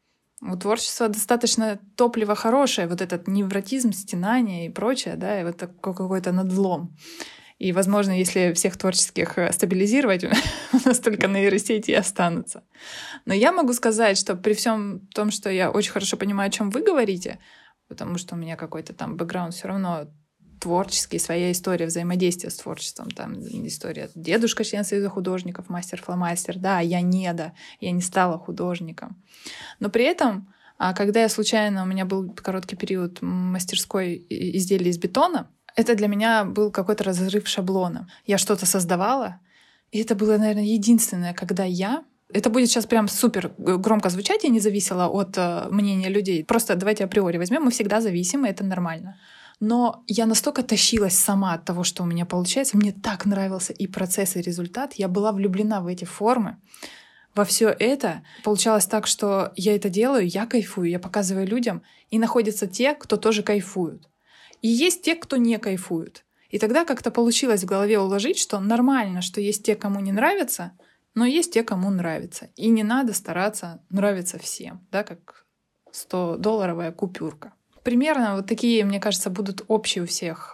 у творчества достаточно топлива хорошее, вот этот невротизм, стенание и прочее, да, и вот такой какой-то надлом. И, возможно, если всех творческих стабилизировать, у нас только нейросети и останутся. Но я могу сказать, что при всем том, что я очень хорошо понимаю, о чем вы говорите, потому что у меня какой-то там бэкграунд все равно творческий, своя история взаимодействия с творчеством. Там история: дедушка, член Союза художников, мастер-фломастер. Да, я не да, я не стала художником. Но при этом, когда я случайно, у меня был короткий период мастерской изделий из бетона, это для меня был какой-то разрыв шаблона. Я что-то создавала, и это было, наверное, единственное, когда я... Это будет сейчас прям супер громко звучать, я не зависела от э, мнения людей. Просто давайте априори возьмем, мы всегда зависимы, это нормально. Но я настолько тащилась сама от того, что у меня получается, мне так нравился и процесс, и результат, я была влюблена в эти формы, во все это. Получалось так, что я это делаю, я кайфую, я показываю людям, и находятся те, кто тоже кайфуют. И есть те, кто не кайфуют. И тогда как-то получилось в голове уложить, что нормально, что есть те, кому не нравится, но есть те, кому нравится. И не надо стараться нравиться всем, да, как сто-долларовая купюрка. Примерно вот такие, мне кажется, будут общие у всех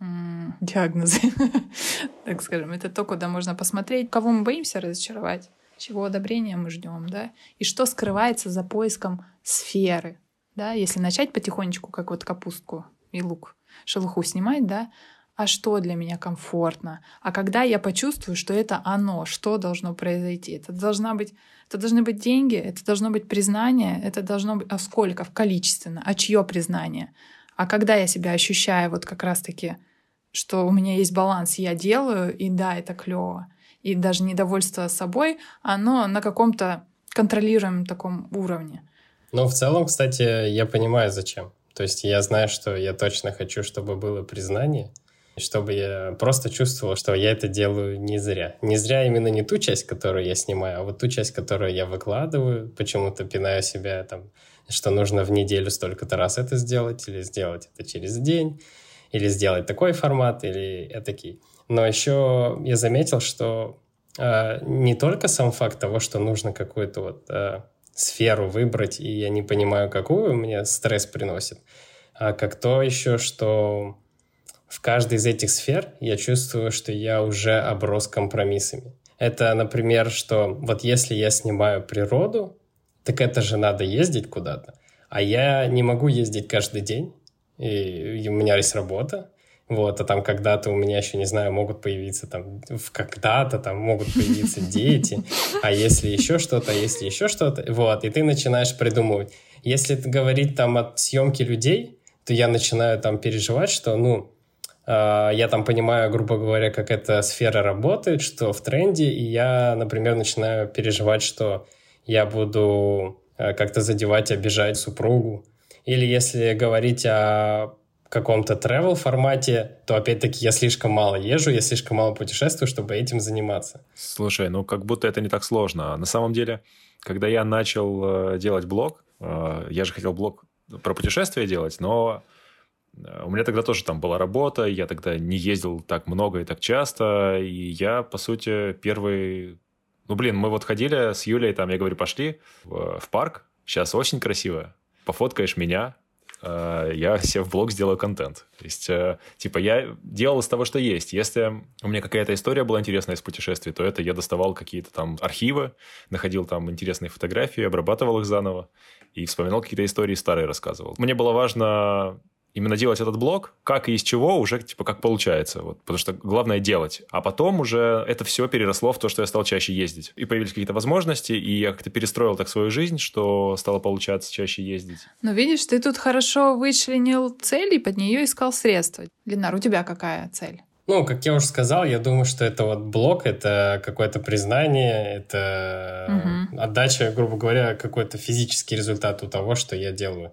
м- диагнозы, так скажем. Это то, куда можно посмотреть, кого мы боимся разочаровать, чего одобрения мы ждем, да, и что скрывается за поиском сферы, да, если начать потихонечку, как вот капустку и лук, шелуху снимать, да, а что для меня комфортно, а когда я почувствую, что это оно, что должно произойти. Это, должна быть, это должны быть деньги, это должно быть признание, это должно быть... А сколько? Количественно. А чье признание? А когда я себя ощущаю вот как раз-таки, что у меня есть баланс, я делаю, и да, это клево. И даже недовольство собой, оно на каком-то контролируемом таком уровне. Ну, в целом, кстати, я понимаю, зачем. То есть я знаю, что я точно хочу, чтобы было признание, чтобы я просто чувствовал, что я это делаю не зря. Не зря именно не ту часть, которую я снимаю, а вот ту часть, которую я выкладываю, почему-то пинаю себя, там, что нужно в неделю столько-то раз это сделать, или сделать это через день, или сделать такой формат, или этакий. Но еще я заметил, что э, не только сам факт того, что нужно какую-то вот э, сферу выбрать, и я не понимаю, какую, мне стресс приносит, а как то еще, что в каждой из этих сфер я чувствую, что я уже оброс компромиссами. Это, например, что вот если я снимаю природу, так это же надо ездить куда-то, а я не могу ездить каждый день, и, и у меня есть работа, вот, а там когда-то у меня еще, не знаю, могут появиться там, когда-то там могут появиться дети, а если еще что-то, а если еще что-то, вот, и ты начинаешь придумывать. Если говорить там о съемке людей, то я начинаю там переживать, что, ну, я там понимаю, грубо говоря, как эта сфера работает, что в тренде, и я, например, начинаю переживать, что я буду как-то задевать, обижать супругу. Или если говорить о каком-то travel формате, то опять-таки я слишком мало езжу, я слишком мало путешествую, чтобы этим заниматься. Слушай, ну как будто это не так сложно. На самом деле, когда я начал делать блог, я же хотел блог про путешествия делать, но... У меня тогда тоже там была работа, я тогда не ездил так много и так часто, и я, по сути, первый... Ну, блин, мы вот ходили с Юлей, там, я говорю, пошли в, в парк, сейчас осень красивая, пофоткаешь меня, э, я себе в блог сделаю контент. То есть, э, типа, я делал из того, что есть. Если у меня какая-то история была интересная из путешествий, то это я доставал какие-то там архивы, находил там интересные фотографии, обрабатывал их заново и вспоминал какие-то истории старые, рассказывал. Мне было важно... именно делать этот блог, как и из чего, уже типа как получается. Вот, потому что главное делать. А потом уже это все переросло в то, что я стал чаще ездить. И появились какие-то возможности, и я как-то перестроил так свою жизнь, что стало получаться чаще ездить. Ну, видишь, ты тут хорошо вычленил цель и под нее искал средства. Ленар, у тебя какая цель? Ну, как я уже сказал, я думаю, что это вот блог, это какое-то признание, это угу. отдача, грубо говоря, какой-то физический результат у того, что я делаю.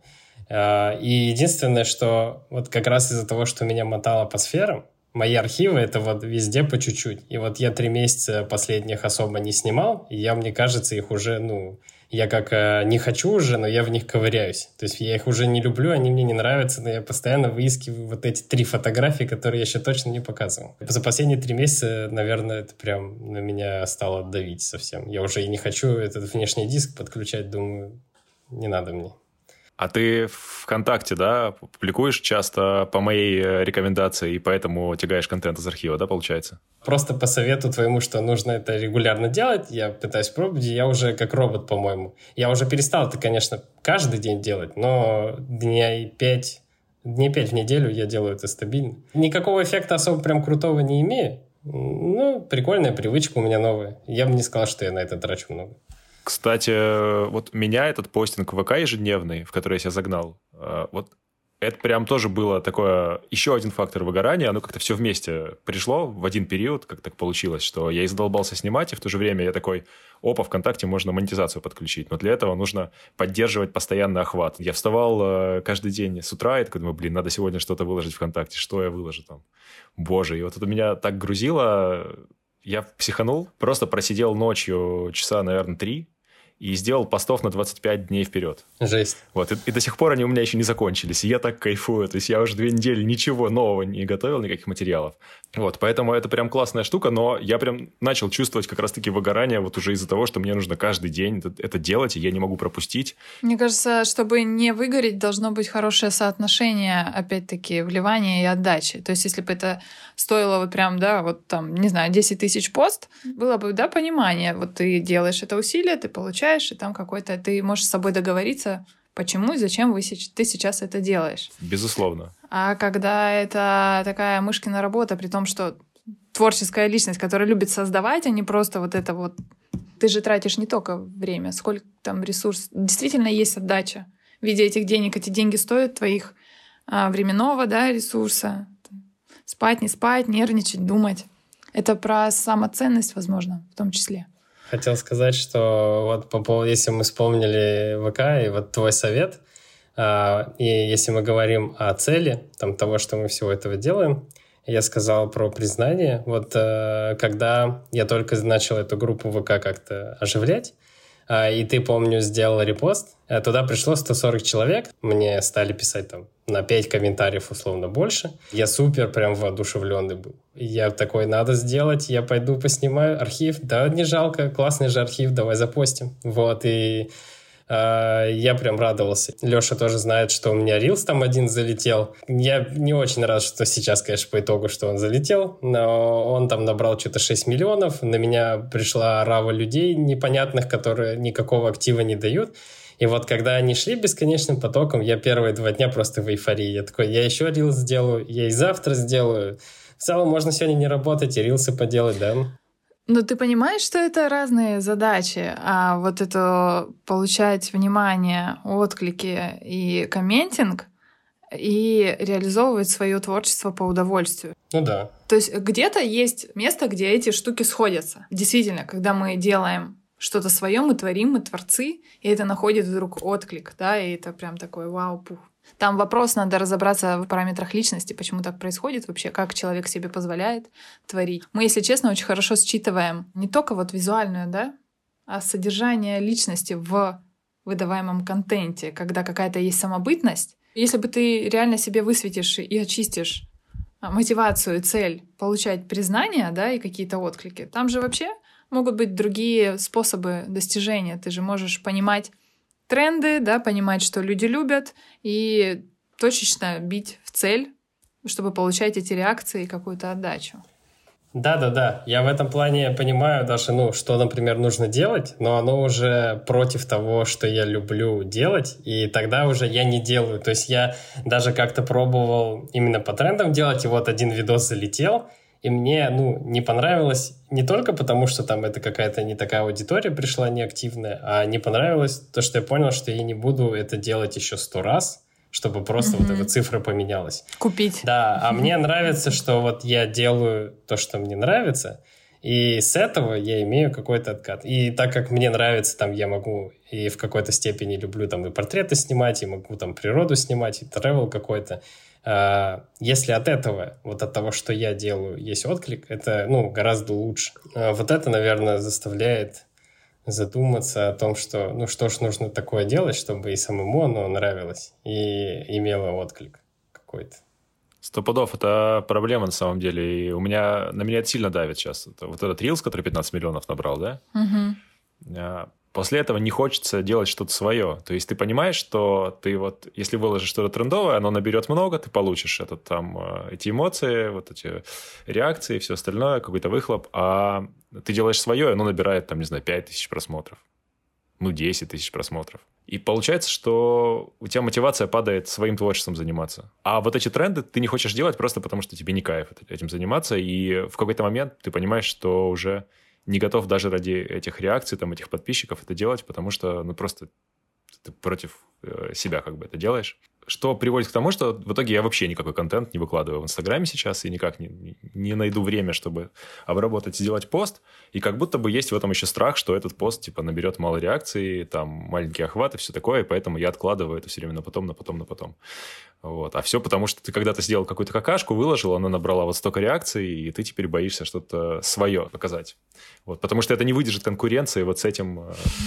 И единственное, что вот как раз из-за того, что меня мотало по сферам, мои архивы — это вот везде по чуть-чуть. И вот я три месяца последних особо не снимал, и я, мне кажется, их уже, ну, я как не хочу уже, но я в них ковыряюсь. То есть я их уже не люблю, они мне не нравятся, но я постоянно выискиваю вот эти три фотографии, которые я еще точно не показывал. За последние три месяца, наверное, это прям на меня стало давить совсем. Я уже и не хочу этот внешний диск подключать, думаю, не надо мне. А ты ВКонтакте, да, публикуешь часто по моей рекомендации, и поэтому тягаешь контент из архива, да, получается? Просто по совету твоему, что нужно это регулярно делать, я пытаюсь пробовать, и я уже как робот, по-моему. Я уже перестал это, конечно, каждый день делать, но дней пять, дней пять в неделю я делаю это стабильно. Никакого эффекта особо прям крутого не имею. Ну, прикольная привычка у меня новая. Я бы не сказал, что я на это трачу много. Кстати, вот меня этот постинг в ВК ежедневный, в который я себя загнал, вот это прям тоже было такое... Еще один фактор выгорания, оно как-то все вместе пришло в один период, как так получилось, что я и задолбался снимать, и в то же время я такой, опа, ВКонтакте можно монетизацию подключить, но для этого нужно поддерживать постоянный охват. Я вставал каждый день с утра и такой думаю, блин, надо сегодня что-то выложить ВКонтакте, что я выложу там? Боже, и вот это меня так грузило, я психанул, просто просидел ночью часа, наверное, три, и сделал постов на двадцать пять дней вперед. Жесть. Вот, и, и до сих пор они у меня еще не закончились. И я так кайфую. То есть я уже две недели ничего нового не готовил, никаких материалов. Вот, поэтому это прям классная штука, но я прям начал чувствовать как раз-таки выгорание вот уже из-за того, что мне нужно каждый день это, это делать, и я не могу пропустить. Мне кажется, чтобы не выгореть, должно быть хорошее соотношение, опять-таки, вливания и отдачи. То есть если бы это стоило вот прям, да, вот там, не знаю, десять тысяч пост, было бы, да, понимание. Вот ты делаешь это усилие, ты получаешь, и там какой-то... Ты можешь с собой договориться, почему и зачем вы, ты сейчас это делаешь. Безусловно. А когда это такая мышкина работа, при том, что творческая личность, которая любит создавать, а не просто вот это вот... Ты же тратишь не только время, сколько там ресурсов. Действительно есть отдача в виде этих денег. Эти деньги стоят твоих а, временного, да, ресурса. Спать, не спать, нервничать, думать. Это про самоценность, возможно, в том числе. Хотел сказать, что вот по поводу, если мы вспомнили ВК и вот твой совет, а, и если мы говорим о цели, там, того, что мы всего этого делаем, я сказал про признание. Вот э, когда я только начал эту группу ВК как-то оживлять, э, и ты, помню, сделал репост, э, туда пришло сто сорок человек, мне стали писать там на пять комментариев условно больше. Я супер прям воодушевленный был. Я такой, надо сделать, я пойду поснимаю архив. Да, не жалко, классный же архив, давай запостим. Вот, и... Я прям радовался. Леша тоже знает, что у меня рилс там один залетел. Я не очень рад, что сейчас, конечно, по итогу, что он залетел, но он там набрал что-то шесть миллионов. На меня пришла орава людей непонятных, которые никакого актива не дают. И вот когда они шли бесконечным потоком, я первые два дня просто в эйфории. Я такой, я еще рилс сделаю, я и завтра сделаю. В целом можно сегодня не работать и рилсы поделать, да? Но ты понимаешь, что это разные задачи, а вот это получать внимание, отклики и комментинг и реализовывать свое творчество по удовольствию. Ну да. То есть где-то есть место, где эти штуки сходятся. Действительно, когда мы делаем что-то свое, мы творим, мы творцы, и это находит вдруг отклик, да, и это прям такой вау-пух. Там вопрос, надо разобраться в параметрах личности, почему так происходит вообще, как человек себе позволяет творить. Мы, если честно, очень хорошо считываем не только вот визуальную, да, а содержание личности в выдаваемом контенте, когда какая-то есть самобытность. Если бы ты реально себе высветишь и очистишь мотивацию и цель получать признание, да, и какие-то отклики, там же вообще могут быть другие способы достижения. Ты же можешь понимать тренды, да, понимать, что люди любят, и точечно бить в цель, чтобы получать эти реакции и какую-то отдачу. Да-да-да, я в этом плане понимаю даже, ну, что, например, нужно делать, но оно уже против того, что я люблю делать, и тогда уже я не делаю. То есть я даже как-то пробовал именно по трендам делать, и вот один видос залетел, и мне, ну, не понравилось не только потому, что там это какая-то не такая аудитория пришла, неактивная, а не понравилось то, что я понял, что я не буду это делать еще сто раз, чтобы просто mm-hmm. вот эта цифра поменялась. Купить. Да, а мне нравится, что вот я делаю то, что мне нравится, и с этого я имею какой-то откат. И так как мне нравится, там я могу и в какой-то степени люблю там и портреты снимать, и могу там природу снимать, и тревел какой-то. Если от этого, вот от того, что я делаю, есть отклик, это, ну, гораздо лучше. Вот это, наверное, заставляет задуматься о том, что, ну, что ж нужно такое делать, чтобы и самому оно нравилось, и имело отклик какой-то. Сто пудов, это проблема на самом деле. И у меня, на меня это сильно давит сейчас. Это, вот этот рилс, который пятнадцать миллионов набрал, да? Угу. После этого не хочется делать что-то свое. То есть ты понимаешь, что ты вот, если выложишь что-то трендовое, оно наберет много, ты получишь этот, там, эти эмоции, вот эти реакции, все остальное, какой-то выхлоп. А ты делаешь свое, и оно набирает, там, не знаю, пять тысяч просмотров. Ну, десять тысяч просмотров. И получается, что у тебя мотивация падает своим творчеством заниматься. А вот эти тренды ты не хочешь делать просто потому, что тебе не кайф этим заниматься. И в какой-то момент ты понимаешь, что уже не готов даже ради этих реакций, там, этих подписчиков это делать, потому что, ну, просто ты против э, себя как бы это делаешь. Что приводит к тому, что в итоге я вообще никакой контент не выкладываю в Инстаграме сейчас и никак не, не найду время, чтобы обработать, сделать пост. И как будто бы есть в этом еще страх, что этот пост типа наберет мало реакций, там маленький охват и все такое, и поэтому я откладываю это все время на потом, на потом, на потом. Вот. А все потому, что ты когда-то сделал какую-то какашку, выложил, она набрала вот столько реакций, и ты теперь боишься что-то свое показать. Вот. Потому что это не выдержит конкуренции вот с этим...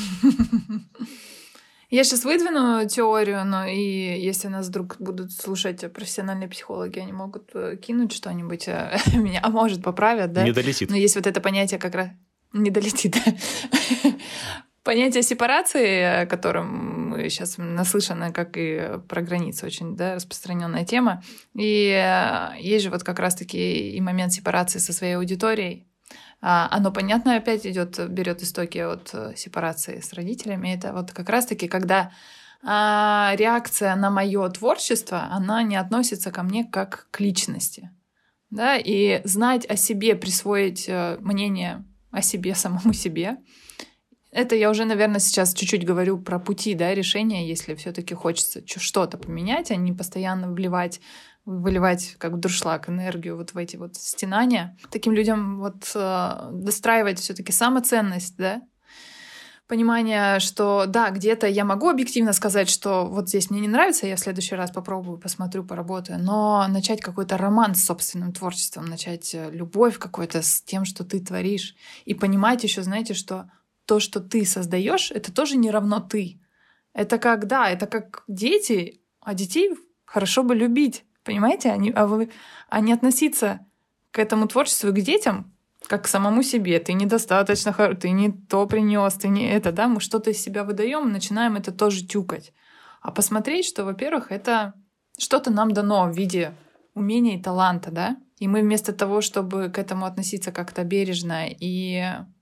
Я сейчас выдвину теорию, но и если нас вдруг будут слушать профессиональные психологи, они могут кинуть что-нибудь меня, а может поправят, да? Не долетит. Но есть вот это понятие как раз... Не долетит, да. Понятие сепарации, о котором мы сейчас наслышаны, как и про границы, очень, да, распространенная тема. И есть же вот как раз-таки и момент сепарации со своей аудиторией. Оно, понятно, опять идет, берет истоки от сепарации с родителями. Это вот как раз-таки, когда а реакция на мое творчество, она не относится ко мне как к личности. Да? И знать о себе, присвоить мнение о себе, самому себе, это я уже, наверное, сейчас чуть-чуть говорю про пути, да, решения, если все-таки хочется что-то поменять, а не постоянно вливать, выливать как дуршлаг энергию вот в эти вот стенания. Таким людям вот э, достраивать все-таки самоценность, да, понимание, что да, где-то я могу объективно сказать, что вот здесь мне не нравится, я в следующий раз попробую, посмотрю, поработаю, но начать какой-то роман с собственным творчеством, начать любовь какой-то с тем, что ты творишь, и понимать еще, знаете, что то, что ты создаешь, это тоже не равно ты. Это как, да, это как дети, а детей хорошо бы любить, понимаете? А не, а вы, а не относиться к этому творчеству и к детям как к самому себе. Ты недостаточно хорош, ты не то принес, ты не это, да? Мы что-то из себя выдаем, начинаем это тоже тюкать. А посмотреть, что, во-первых, это что-то нам дано в виде умения и таланта, да? И мы вместо того, чтобы к этому относиться как-то бережно и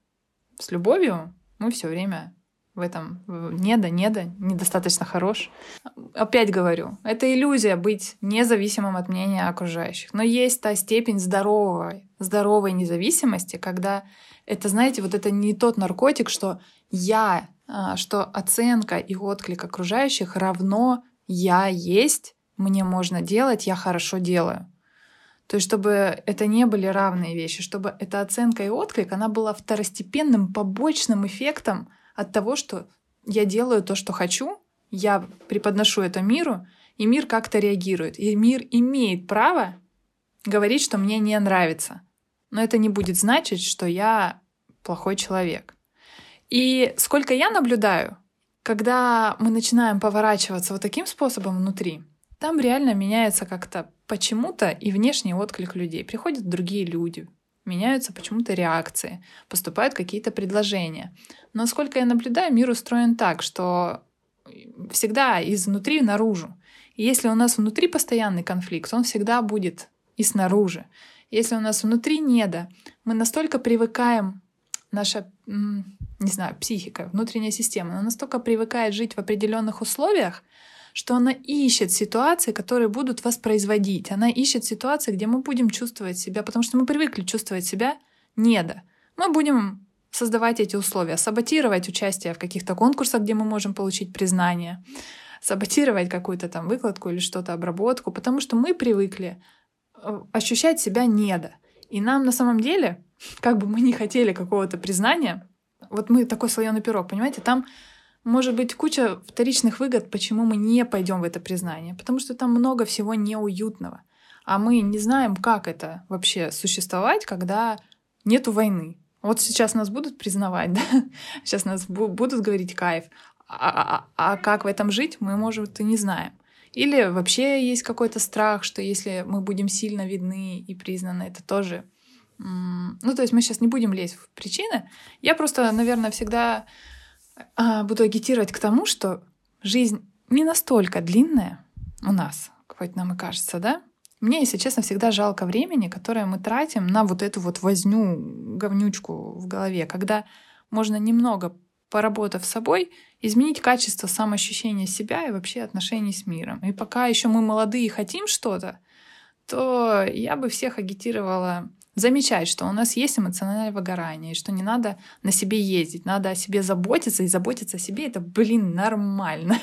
с любовью, мы все время в этом недо, недо, недостаточно хорош. Опять говорю, это иллюзия быть независимым от мнения окружающих. Но есть та степень здоровой, здоровой независимости, когда это, знаете, вот это не тот наркотик, что я, что оценка и отклик окружающих равно я есть, мне можно делать, я хорошо делаю. То есть чтобы это не были равные вещи, чтобы эта оценка и отклик, она была второстепенным, побочным эффектом от того, что я делаю то, что хочу, я преподношу это миру, и мир как-то реагирует. И мир имеет право говорить, что мне не нравится. Но это не будет значить, что я плохой человек. И сколько я наблюдаю, когда мы начинаем поворачиваться вот таким способом внутри, там реально меняется как-то почему-то и внешний отклик людей. Приходят другие люди, меняются почему-то реакции, поступают какие-то предложения. Но сколько я наблюдаю, мир устроен так, что всегда изнутри наружу. И если у нас внутри постоянный конфликт, он всегда будет и снаружи. Если у нас внутри недо, мы настолько привыкаем, наша, не знаю, психика, внутренняя система, она настолько привыкает жить в определенных условиях, что она ищет ситуации, которые будут воспроизводить. Она ищет ситуации, где мы будем чувствовать себя, потому что мы привыкли чувствовать себя недо. Мы будем создавать эти условия, саботировать участие в каких-то конкурсах, где мы можем получить признание, саботировать какую-то там выкладку или что-то, обработку, потому что мы привыкли ощущать себя недо. И нам на самом деле, как бы мы ни хотели какого-то признания, вот мы такой слоеный пирог, понимаете, там может быть куча вторичных выгод, почему мы не пойдем в это признание. Потому что там много всего неуютного. А мы не знаем, как это вообще существовать, когда нету войны. Вот сейчас нас будут признавать, да? Сейчас нас бу- будут говорить кайф. А, а, а как в этом жить, мы, может, и не знаем. Или вообще есть какой-то страх, что если мы будем сильно видны и признаны, это тоже... М- ну, то есть мы сейчас не будем лезть в причины. Я просто, наверное, всегда... буду агитировать к тому, что жизнь не настолько длинная у нас, хоть нам и кажется, да? Мне, если честно, всегда жалко времени, которое мы тратим на вот эту вот возню, говнючку в голове, когда можно немного, поработав с собой, изменить качество самоощущения себя и вообще отношений с миром. И пока еще мы молодые и хотим что-то, то я бы всех агитировала замечать, что у нас есть эмоциональное выгорание, и что не надо на себе ездить, надо о себе заботиться, и заботиться о себе — это, блин, нормально.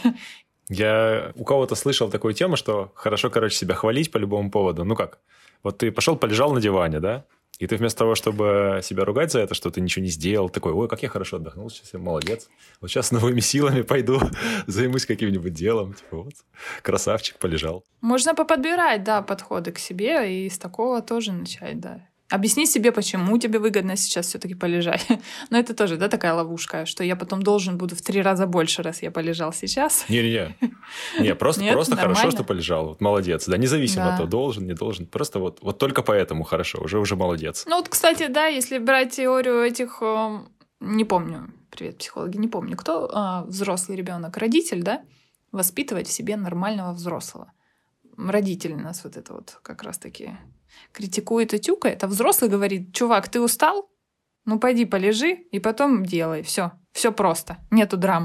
Я у кого-то слышал такую тему, что хорошо, короче, себя хвалить по любому поводу. Ну как? Вот ты пошел, полежал на диване, да? И ты вместо того, чтобы себя ругать за это, что ты ничего не сделал, такой: ой, как я хорошо отдохнул, сейчас я молодец. Вот сейчас с новыми силами пойду, займусь каким-нибудь делом. Типа вот, красавчик, полежал. Можно поподбирать, да, подходы к себе и с такого тоже начать, да. Объясни себе, почему тебе выгодно сейчас все-таки полежать. Но это тоже, да, такая ловушка, что я потом должен буду в три раза больше, раз я полежал сейчас. Не-не-не. Не, просто, Нет, просто нормально. Хорошо, что полежал. Вот, молодец. Да, независимо Да. от того, должен, не должен. Просто вот, вот только поэтому хорошо, уже, уже молодец. Ну вот, кстати, да, если брать теорию этих, э, не помню, привет, психологи, не помню, кто э, взрослый ребенок, родитель, да, воспитывать в себе нормального взрослого. Родители нас вот это вот как раз-таки критикует и тюкает, а взрослый говорит: чувак, ты устал? Ну пойди полежи и потом делай. Все, все просто, нету драмы.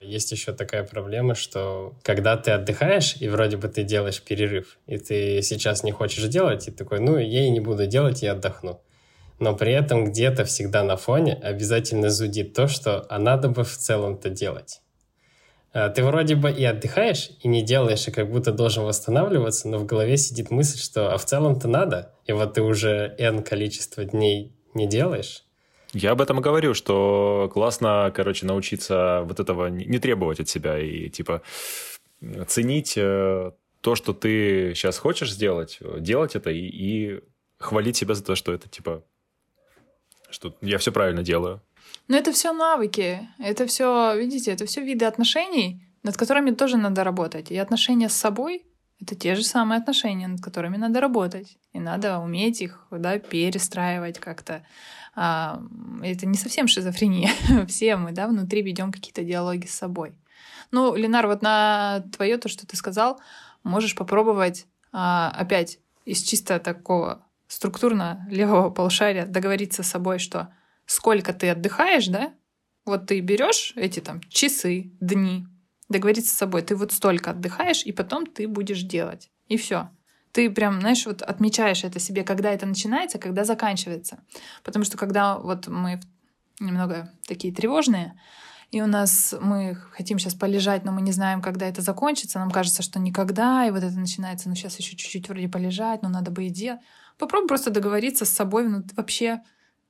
Есть еще такая проблема, что когда ты отдыхаешь, и вроде бы ты делаешь перерыв, и ты сейчас не хочешь делать, и такой, ну, я и не буду делать, я отдохну. Но при этом где-то всегда на фоне обязательно зудит то, что а надо бы в целом-то делать. Ты вроде бы и отдыхаешь, и не делаешь, и как будто должен восстанавливаться, но в голове сидит мысль, что а в целом-то надо, и вот ты уже N количество дней не делаешь. Я об этом и говорю, что классно, короче, научиться вот этого не требовать от себя и, типа, ценить то, что ты сейчас хочешь сделать, делать это и, и хвалить себя за то, что это, типа, что я все правильно делаю. Но это все навыки, это все, видите, это все виды отношений, над которыми тоже надо работать. И отношения с собой — это те же самые отношения, над которыми надо работать. И надо уметь их, да, перестраивать как-то. А, это не совсем шизофрения. Все мы, да, внутри ведем какие-то диалоги с собой. Ну, Ленар, вот на твое, то, что ты сказал, можешь попробовать а, опять из чисто такого структурно левого полушария договориться с собой, что сколько ты отдыхаешь, да, вот ты берешь эти там часы, дни, договориться с собой, ты вот столько отдыхаешь, и потом ты будешь делать. И все. Ты прям, знаешь, вот отмечаешь это себе, когда это начинается, когда заканчивается. Потому что когда вот мы немного такие тревожные, и у нас мы хотим сейчас полежать, но мы не знаем, когда это закончится, нам кажется, что никогда, и вот это начинается, ну сейчас еще чуть-чуть вроде полежать, но надо бы и делать. Попробуй просто договориться с собой, ну вообще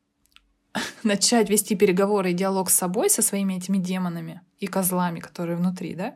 начать вести переговоры и диалог с собой, со своими этими демонами и козлами, которые внутри, да?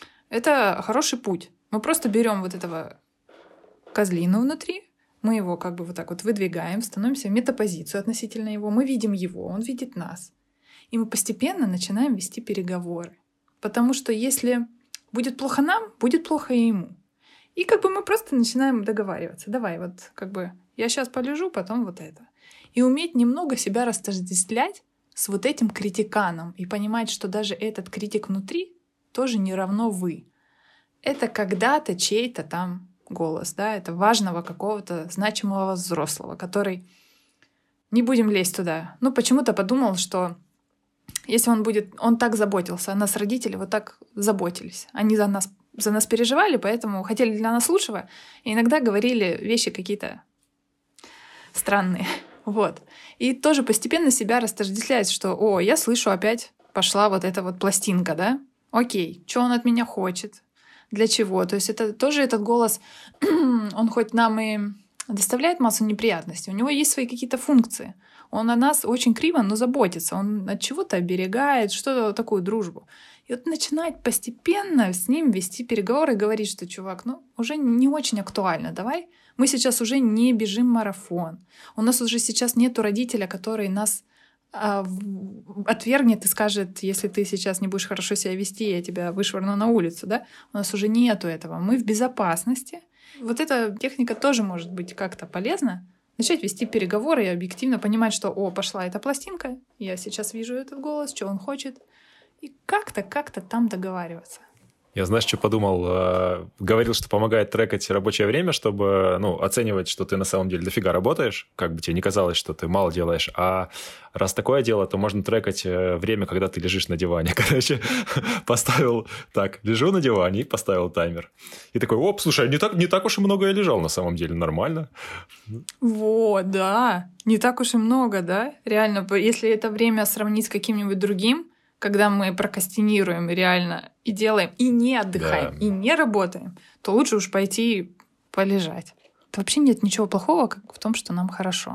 Это хороший путь. Мы просто берем вот этого козлину внутри, мы его как бы вот так вот выдвигаем, становимся в метапозицию относительно его, мы видим его, он видит нас. И мы постепенно начинаем вести переговоры. Потому что если будет плохо нам, будет плохо и ему. И как бы мы просто начинаем договариваться. Давай, вот как бы я сейчас полежу, потом вот это. И уметь немного себя растождествлять с вот этим критиканом и понимать, что даже этот критик внутри тоже не равно вы. Это когда-то чей-то там голос, да, это важного какого-то значимого взрослого, который, не будем лезть туда, ну почему-то подумал, что если он будет, он так заботился, а нас родители вот так заботились, они за нас, за нас переживали, поэтому хотели для нас лучшего, и иногда говорили вещи какие-то странные, вот. И тоже постепенно себя растождествлять, что, о, я слышу, опять пошла вот эта вот пластинка, да, окей, что он от меня хочет, для чего, то есть это тоже этот голос, он хоть нам и доставляет массу неприятностей, у него есть свои какие-то функции, он о нас очень криво, но заботится, он от чего-то оберегает, что-то такую дружбу. И вот начинать постепенно с ним вести переговоры и говорить, что, чувак, ну, уже не очень актуально, давай, мы сейчас уже не бежим марафон, у нас уже сейчас нету родителя, который нас а, отвергнет и скажет, если ты сейчас не будешь хорошо себя вести, я тебя вышвырну на улицу, да? У нас уже нету этого, мы в безопасности. Вот эта техника тоже может быть как-то полезна. Начать вести переговоры и объективно понимать, что, о, пошла эта пластинка, я сейчас вижу этот голос, что он хочет, и как-то, как-то там договариваться. Я, знаешь, что подумал? Говорил, что помогает трекать рабочее время, чтобы, ну, оценивать, что ты на самом деле дофига работаешь, как бы тебе не казалось, что ты мало делаешь. А раз такое дело, то можно трекать время, когда ты лежишь на диване. Короче, поставил так, лежу на диване и поставил таймер. И такой, оп, слушай, не так, не так уж и много я лежал на самом деле, нормально. Вот, да, не так уж и много, да? Реально, если это время сравнить с каким-нибудь другим, когда мы прокрастинируем реально и делаем, и не отдыхаем, да, и не работаем, то лучше уж пойти полежать. Это вообще нет ничего плохого, как в том, что нам хорошо.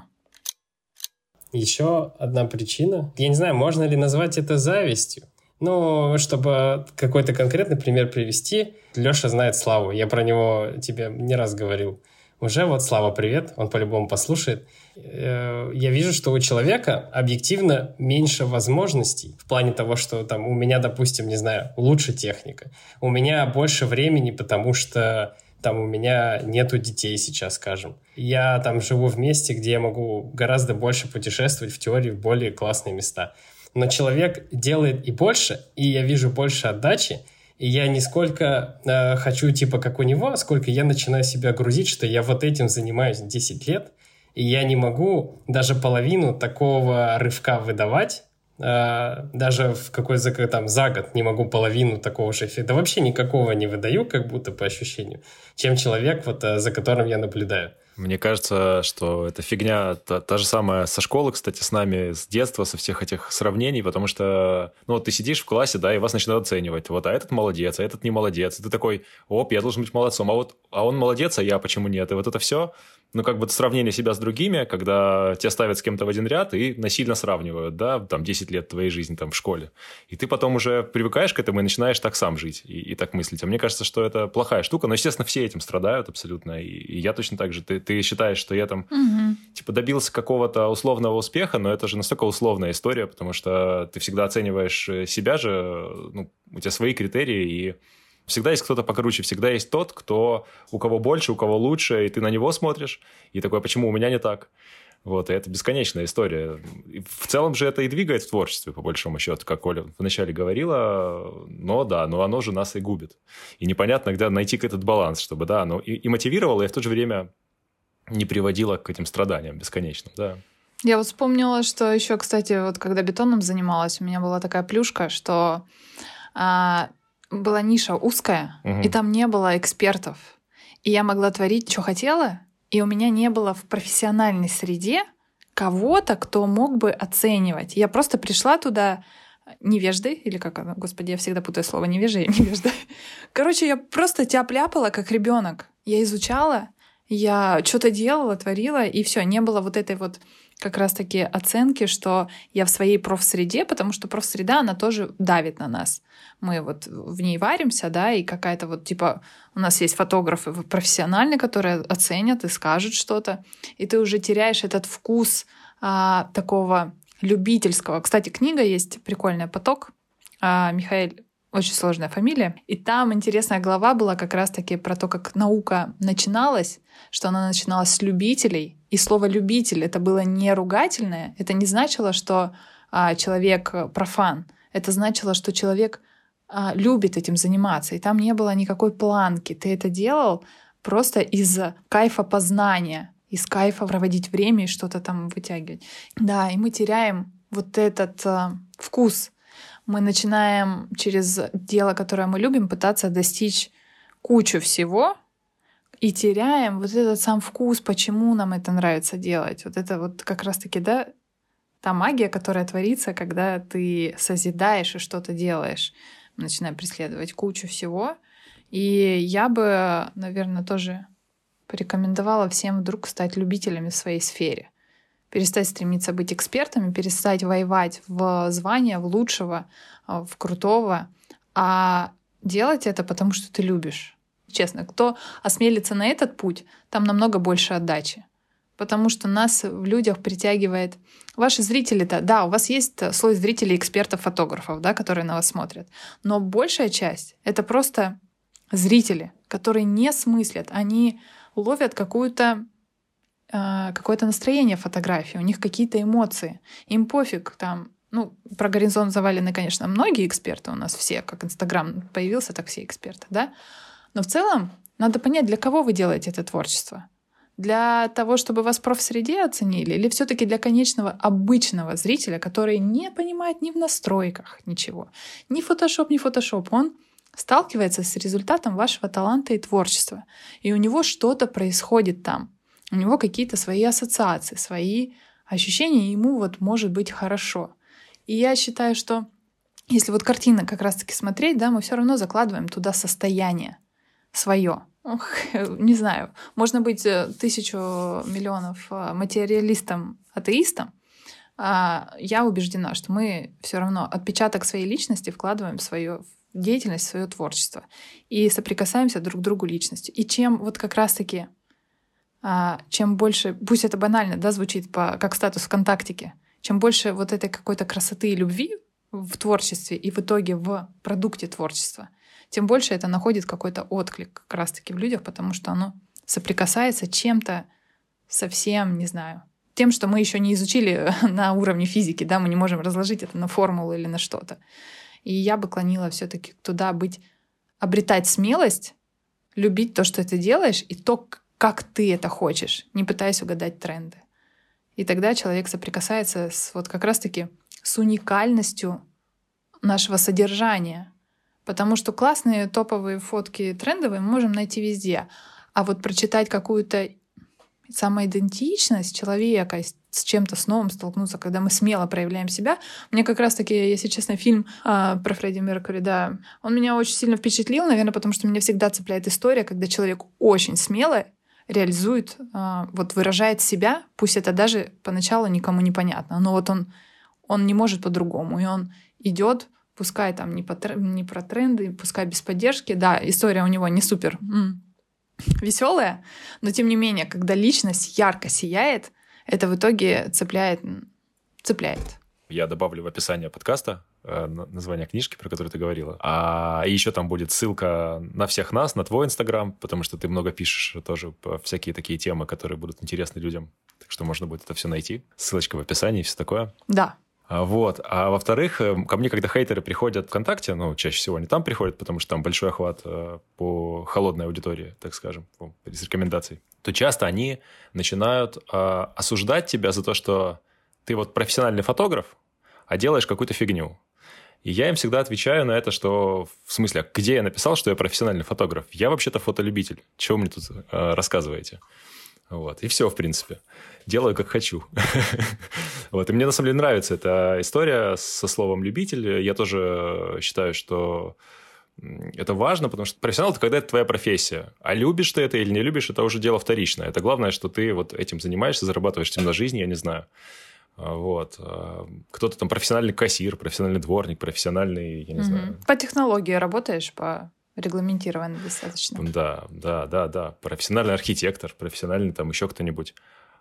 Еще одна причина. Я не знаю, можно ли назвать это завистью. Ну, чтобы какой-то конкретный пример привести, Леша знает Славу. Я про него тебе не раз говорил. Уже вот, Слава, привет, он по-любому послушает. Я вижу, что у человека объективно меньше возможностей в плане того, что там у меня, допустим, не знаю, лучше техника. У меня больше времени, потому что там у меня нету детей сейчас, скажем. Я там живу в месте, где я могу гораздо больше путешествовать в теории в более классные места. Но человек делает и больше, и я вижу больше отдачи, и я не сколько э, хочу, типа, как у него, сколько я начинаю себя грузить, что я вот этим занимаюсь десять лет, и я не могу даже половину такого рывка выдавать, А, даже в какой-то там за год не могу половину такого же эффекта, да вообще никакого не выдаю, как будто по ощущению, чем человек, вот, за которым я наблюдаю. Мне кажется, что эта фигня та, та же самая со школы, кстати, с нами, с детства, со всех этих сравнений, потому что, ну, вот ты сидишь в классе, да, и вас начинают оценивать. Вот, а этот молодец, а этот не молодец. И ты такой, оп, я должен быть молодцом. А вот, а он молодец, а я почему нет? И вот это все, ну, как бы сравнение себя с другими, когда тебя ставят с кем-то в один ряд и насильно сравнивают, да, там, десять лет твоей жизни там в школе. И ты потом уже привыкаешь к этому и начинаешь так сам жить и, и так мыслить. А мне кажется, что это плохая штука, но, естественно, все этим страдают абсолютно, и, и я точно так же. Ты, ты считаешь, что я там, угу. типа, добился какого-то условного успеха, но это же настолько условная история, потому что ты всегда оцениваешь себя же, ну, у тебя свои критерии, и всегда есть кто-то покруче, всегда есть тот, кто, у кого больше, у кого лучше, и ты на него смотришь, и такой, почему у меня не так? Вот, и это бесконечная история. И в целом же это и двигает в творчестве, по большому счету, как Оля вначале говорила, но да, но оно же нас и губит. И непонятно, где найти этот баланс, чтобы, да, оно и, и мотивировало, и в то же время не приводило к этим страданиям бесконечным, да. Я вот вспомнила, что еще, кстати, вот когда бетоном занималась, у меня была такая плюшка, что а, была ниша узкая, угу. и там не было экспертов. И я могла творить, что хотела, и у меня не было в профессиональной среде кого-то, кто мог бы оценивать. Я просто пришла туда невеждой, или как она, господи, я всегда путаю слово невежа и невежда. Короче, я просто тяп-ляпала, как ребенок. Я изучала, я что-то делала, творила, и все, не было вот этой вот как раз-таки оценки, что я в своей профсреде, потому что профсреда, она тоже давит на нас. Мы вот в ней варимся, да, и какая-то вот, типа, у нас есть фотографы профессиональные, которые оценят и скажут что-то, и ты уже теряешь этот вкус а, такого любительского. Кстати, книга есть прикольная «Поток», а, Михаил, очень сложная фамилия, и там интересная глава была как раз-таки про то, как наука начиналась, что она начиналась с любителей, и слово «любитель» — это было не ругательное, это не значило, что а, человек профан, это значило, что человек а, любит этим заниматься, и там не было никакой планки, ты это делал просто из кайфа познания, из кайфа проводить время и что-то там вытягивать. Да, и мы теряем вот этот а, вкус. Мы начинаем через дело, которое мы любим, пытаться достичь кучу всего и теряем вот этот сам вкус, почему нам это нравится делать. Вот это вот как раз-таки, да, та магия, которая творится, когда ты созидаешь и что-то делаешь. Мы начинаем преследовать кучу всего. И я бы, наверное, тоже порекомендовала всем вдруг стать любителями в своей сфере. Перестать стремиться быть экспертами, перестать воевать в звание, в лучшего, в крутого, а делать это потому, что ты любишь. Честно, кто осмелится на этот путь, там намного больше отдачи. Потому что нас в людях притягивает... Ваши зрители-то, да, у вас есть слой зрителей, экспертов, фотографов, да, которые на вас смотрят. Но большая часть — это просто зрители, которые не смыслят. Они ловят какую-то какое-то настроение фотографии, у них какие-то эмоции. Им пофиг там, ну, про горизонт завалены, конечно, многие эксперты у нас все, как Инстаграм появился, так все эксперты, да. Но в целом надо понять, для кого вы делаете это творчество. Для того, чтобы вас в профсреде оценили, или все-таки для конечного обычного зрителя, который не понимает ни в настройках ничего, ни фотошоп, ни фотошоп. Он сталкивается с результатом вашего таланта и творчества, и у него что-то происходит там. У него какие-то свои ассоциации, свои ощущения, и ему вот может быть хорошо. И я считаю, что если вот картины как раз-таки смотреть, да, мы все равно закладываем туда состояние свое. Ох, не знаю, можно быть тысячу миллионов материалистом, атеистом. А я убеждена, что мы все равно отпечаток своей личности вкладываем в свою деятельность, в свое творчество и соприкасаемся друг к другу личностью. И чем вот как раз-таки чем больше, пусть это банально, да, звучит по, как статус ВКонтактике, чем больше вот этой какой-то красоты и любви в творчестве и в итоге в продукте творчества, тем больше это находит какой-то отклик как раз-таки в людях, потому что оно соприкасается чем-то совсем, не знаю, тем, что мы еще не изучили на уровне физики, да, мы не можем разложить это на формулу или на что-то. И я бы клонила все-таки туда быть, обретать смелость, любить то, что ты делаешь, и то, как ты это хочешь, не пытаясь угадать тренды. И тогда человек соприкасается с, вот как раз-таки с уникальностью нашего содержания. Потому что классные топовые фотки трендовые мы можем найти везде. А вот прочитать какую-то самоидентичность человека, с чем-то с новым столкнуться, когда мы смело проявляем себя. Мне как раз-таки, если честно, фильм э, про Фредди Меркьюри, да, он меня очень сильно впечатлил, наверное, потому что меня всегда цепляет история, когда человек очень смело реализует, э, вот выражает себя, пусть это даже поначалу никому не понятно, но вот он, он не может по-другому, и он идет, пускай там не, по, не про тренды, пускай без поддержки, да, история у него не супер м- веселая, но тем не менее, когда личность ярко сияет, это в итоге цепляет, цепляет. Я добавлю в описание подкаста э, название книжки, про которую ты говорила. А еще там будет ссылка на всех нас, на твой Инстаграм, потому что ты много пишешь тоже по всякие такие темы, которые будут интересны людям. Так что можно будет это все найти. Ссылочка в описании и все такое. Да. А, вот. А во-вторых, ко мне, когда хейтеры приходят ВКонтакте, ну, чаще всего они там приходят, потому что там большой охват э, по холодной аудитории, так скажем, по, из рекомендаций, то часто они начинают э, осуждать тебя за то, что ты вот профессиональный фотограф, а делаешь какую-то фигню. И я им всегда отвечаю на это, что в смысле, где я написал, что я профессиональный фотограф? Я вообще-то фотолюбитель. Чего вы мне тут э, рассказываете? Вот. И все, в принципе. Делаю, как хочу. Вот. И мне, на самом деле, нравится эта история со словом «любитель». Я тоже считаю, что это важно, потому что профессионал – это когда это твоя профессия. А любишь ты это или не любишь – это уже дело вторичное. Это главное, что ты вот этим занимаешься, зарабатываешь этим на жизнь, я не знаю. Вот. Кто-то там профессиональный кассир, профессиональный дворник, профессиональный, я не mm-hmm. знаю. По технологии работаешь, по регламентированно достаточно. Да, да, да, да. Профессиональный архитектор, профессиональный там еще кто-нибудь.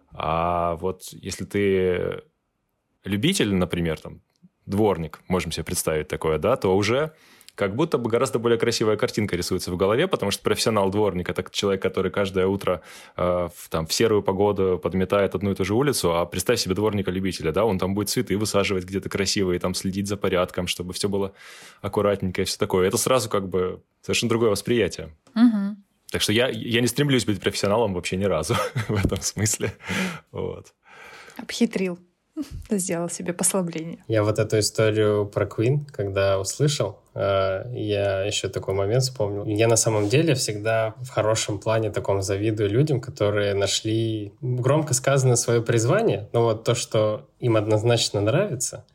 А вот если ты любитель, например, там, дворник, можем себе представить такое, да, то уже как будто бы гораздо более красивая картинка рисуется в голове, потому что профессионал-дворник – это человек, который каждое утро э, в, там, в серую погоду подметает одну и ту же улицу, а представь себе дворника-любителя, да, он там будет цветы высаживать где-то красивые, там следить за порядком, чтобы все было аккуратненько и все такое. Это сразу как бы совершенно другое восприятие. Угу. Так что я, я не стремлюсь быть профессионалом вообще ни разу в этом смысле. Вот. Обхитрил. Сделал себе послабление. Я вот эту историю про Queen, когда услышал, я еще такой момент вспомнил. Я на самом деле всегда в хорошем плане таком завидую людям, которые нашли, громко сказано, свое призвание, но вот то, что им однозначно нравится,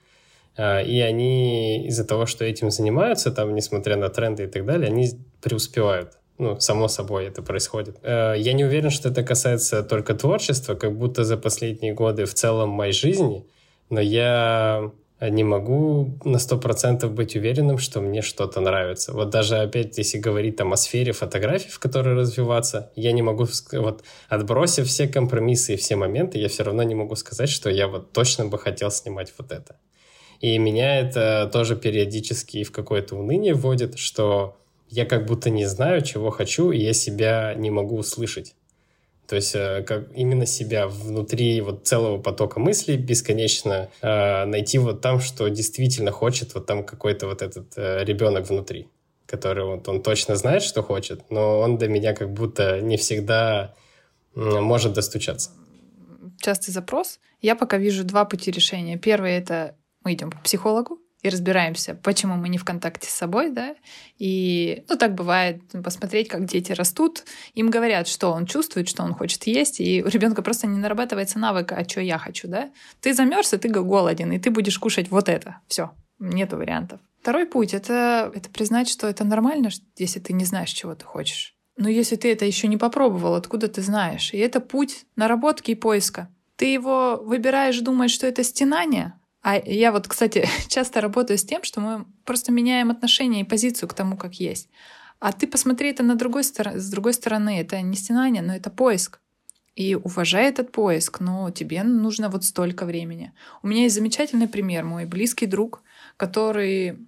и они из-за того, что этим занимаются, там, несмотря на тренды и так далее, они преуспевают. Ну, само собой это происходит. Я не уверен, что это касается только творчества, как будто за последние годы в целом моей жизни, но я не могу на сто процентов быть уверенным, что мне что-то нравится. Вот даже опять, если говорить там о сфере фотографий, в которой развиваться, я не могу, вот отбросив все компромиссы и все моменты, я все равно не могу сказать, что я вот точно бы хотел снимать вот это. И меня это тоже периодически в какое-то уныние вводит, что я как будто не знаю, чего хочу, и я себя не могу услышать. То есть как именно себя внутри вот целого потока мыслей бесконечно э, найти вот там, что действительно хочет, вот там какой-то вот этот э, ребенок внутри, который вот он точно знает, что хочет, но он до меня как будто не всегда э, может достучаться. Частый запрос. Я пока вижу два пути решения. Первый — это мы идем к психологу и разбираемся, почему мы не в контакте с собой, да, и, ну, так бывает, посмотреть, как дети растут, им говорят, что он чувствует, что он хочет есть, и у ребенка просто не нарабатывается навык, а что я хочу, да. Ты замерз, и ты голоден, и ты будешь кушать вот это. Все, нету вариантов. Второй путь — это, это признать, что это нормально, если ты не знаешь, чего ты хочешь. Но если ты это еще не попробовал, откуда ты знаешь? И это путь наработки и поиска. Ты его выбираешь, думаешь, что это стенание. А я вот, кстати, часто работаю с тем, что мы просто меняем отношение и позицию к тому, как есть. А ты посмотри это на другой стор- с другой стороны. Это не стенание, но это поиск. И уважай этот поиск, но тебе нужно вот столько времени. У меня есть замечательный пример. Мой близкий друг, который...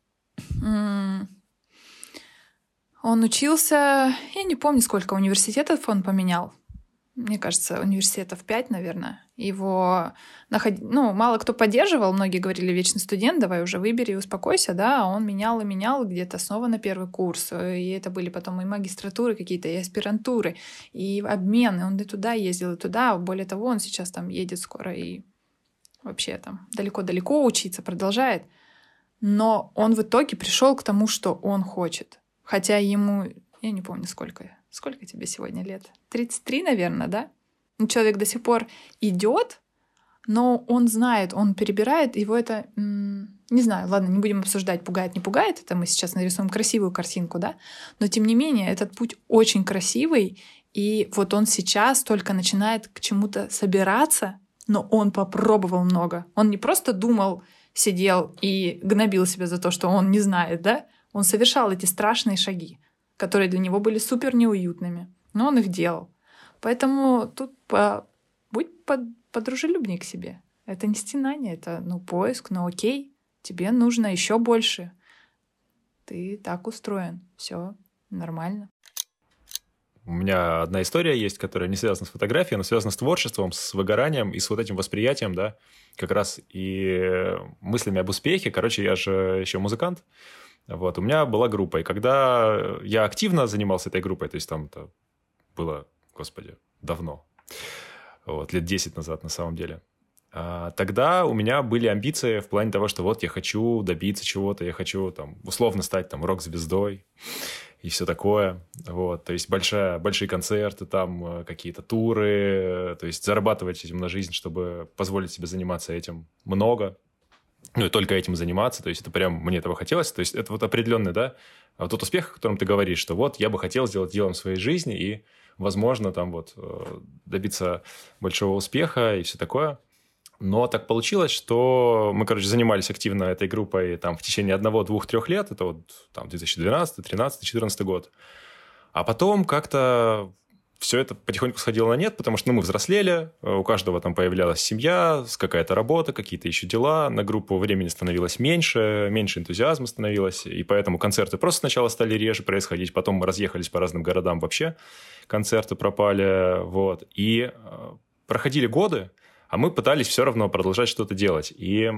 М- он учился... Я не помню, сколько университетов он поменял. Мне кажется, университетов пять, наверное. Его наход... ну, мало кто поддерживал, многие говорили: вечный студент, давай уже выбери и успокойся, да, а он менял и менял где-то снова на первый курс, и это были потом и магистратуры какие-то, и аспирантуры, и обмены, он и туда ездил, и туда, более того, он сейчас там едет скоро и вообще там далеко-далеко учиться, продолжает. Но он в итоге пришел к тому, что он хочет. Хотя ему, я не помню, сколько, сколько тебе сегодня лет? тридцать три, наверное, да? Ну, человек до сих пор идет, но он знает, он перебирает, его это, м- не знаю, ладно, не будем обсуждать, пугает, не пугает, это мы сейчас нарисуем красивую картинку, да? Но тем не менее, этот путь очень красивый, и вот он сейчас только начинает к чему-то собираться, но он попробовал много. Он не просто думал, сидел и гнобил себя за то, что он не знает, да? Он совершал эти страшные шаги, которые для него были супер неуютными, но он их делал. Поэтому тут по... будь под... подружелюбней к себе. Это не стенание, это ну, поиск, но окей, тебе нужно еще больше. Ты так устроен, все нормально. У меня одна история есть, которая не связана с фотографией, но связана с творчеством, с выгоранием и с вот этим восприятием, да, как раз и мыслями об успехе. Короче, я же еще музыкант. Вот, у меня была группа, и когда я активно занимался этой группой, то есть там это было, господи, давно, вот, лет десять назад на самом деле, тогда у меня были амбиции в плане того, что вот я хочу добиться чего-то, я хочу там условно стать там рок-звездой и все такое. Вот, то есть большая, большие концерты, там какие-то туры, то есть зарабатывать этим на жизнь, чтобы позволить себе заниматься этим много. Ну и только этим заниматься, то есть это прям мне этого хотелось. То есть это вот определенный, да, вот тот успех, о котором ты говоришь, что вот я бы хотел сделать делом своей жизни и, возможно, там вот добиться большого успеха и все такое. Но так получилось, что мы, короче, занимались активно этой группой там в течение одного, двух, трех лет. Это вот там две тысячи двенадцатый, тринадцатый, четырнадцатый год. А потом как-то все это потихоньку сходило на нет, потому что ну, мы взрослели, у каждого там появлялась семья, какая-то работа, какие-то еще дела. На группу времени становилось меньше, меньше энтузиазма становилось. И поэтому концерты просто сначала стали реже происходить. Потом мы разъехались по разным городам вообще. Концерты пропали. Вот. И проходили годы. А мы пытались все равно продолжать что-то делать и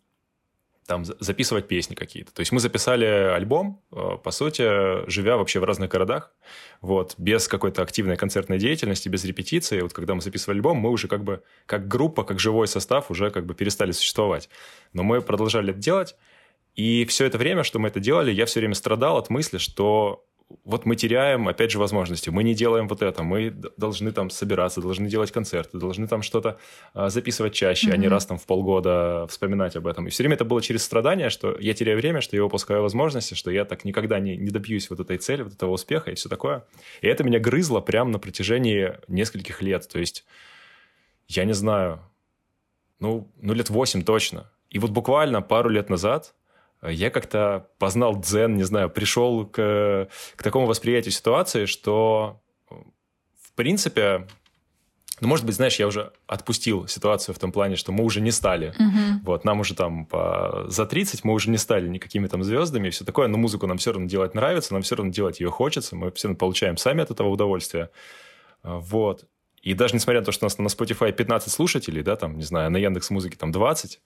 там записывать песни какие-то. То есть мы записали альбом, по сути, живя вообще в разных городах, вот, без какой-то активной концертной деятельности, без репетиции. Вот когда мы записывали альбом, мы уже как бы как группа, как живой состав уже как бы перестали существовать. Но мы продолжали это делать. И все это время, что мы это делали, я все время страдал от мысли, что вот мы теряем, опять же, возможности. Мы не делаем вот это. Мы должны там собираться, должны делать концерты, должны там что-то а, записывать чаще, mm-hmm. а не раз там в полгода вспоминать об этом. И все время это было через страдания, что я теряю время, что я упускаю возможности, что я так никогда не, не добьюсь вот этой цели, вот этого успеха и все такое. И это меня грызло прямо на протяжении нескольких лет. То есть, я не знаю, ну, ну лет восемь точно. И вот буквально пару лет назад я как-то познал дзен, не знаю, пришел к, к такому восприятию ситуации, что, в принципе, ну, может быть, знаешь, я уже отпустил ситуацию в том плане, что мы уже не стали. Uh-huh. Вот, нам уже там по, за тридцать, мы уже не стали никакими там звездами и все такое, но музыку нам все равно делать нравится, нам все равно делать ее хочется, мы все равно получаем сами от этого удовольствие. Вот. И даже несмотря на то, что у нас на Spotify пятнадцать слушателей, да, там, не знаю, на Яндекс.Музыке там двадцать,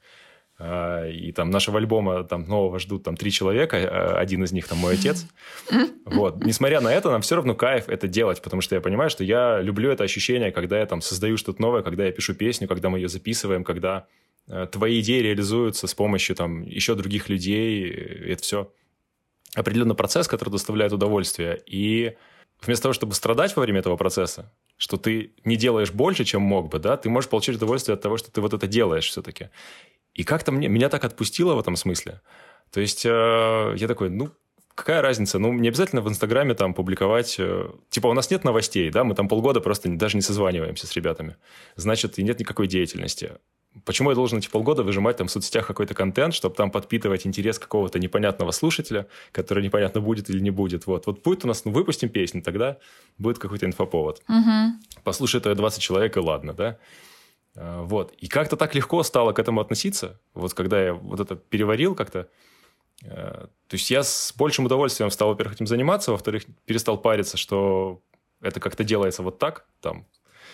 и там нашего альбома там нового ждут там три человека, один из них там мой отец. Вот. Несмотря на это, нам все равно кайф это делать, потому что я понимаю, что я люблю это ощущение, когда я там создаю что-то новое, когда я пишу песню, когда мы ее записываем, когда э, твои идеи реализуются с помощью там еще других людей. Это все определенный процесс, который доставляет удовольствие. И вместо того, чтобы страдать во время этого процесса, что ты не делаешь больше, чем мог бы, да, ты можешь получить удовольствие от того, что ты вот это делаешь все-таки. И как-то мне, меня так отпустило в этом смысле. То есть, э, я такой, ну, какая разница? Ну, не обязательно в Инстаграме там публиковать... Э, типа, у нас нет новостей, да? Мы там полгода просто не, даже не созваниваемся с ребятами. Значит, и нет никакой деятельности. Почему я должен эти полгода выжимать там в соцсетях какой-то контент, чтобы там подпитывать интерес какого-то непонятного слушателя, который непонятно будет или не будет? Вот, вот будет у нас, ну, выпустим песню, тогда будет какой-то инфоповод. Угу. Послушает ее двадцать человек, и ладно, да? Вот. И как-то так легко стало к этому относиться. Вот когда я вот это переварил как-то. То есть я с большим удовольствием стал, во-первых, этим заниматься, во-вторых, перестал париться, что это как-то делается вот так, там,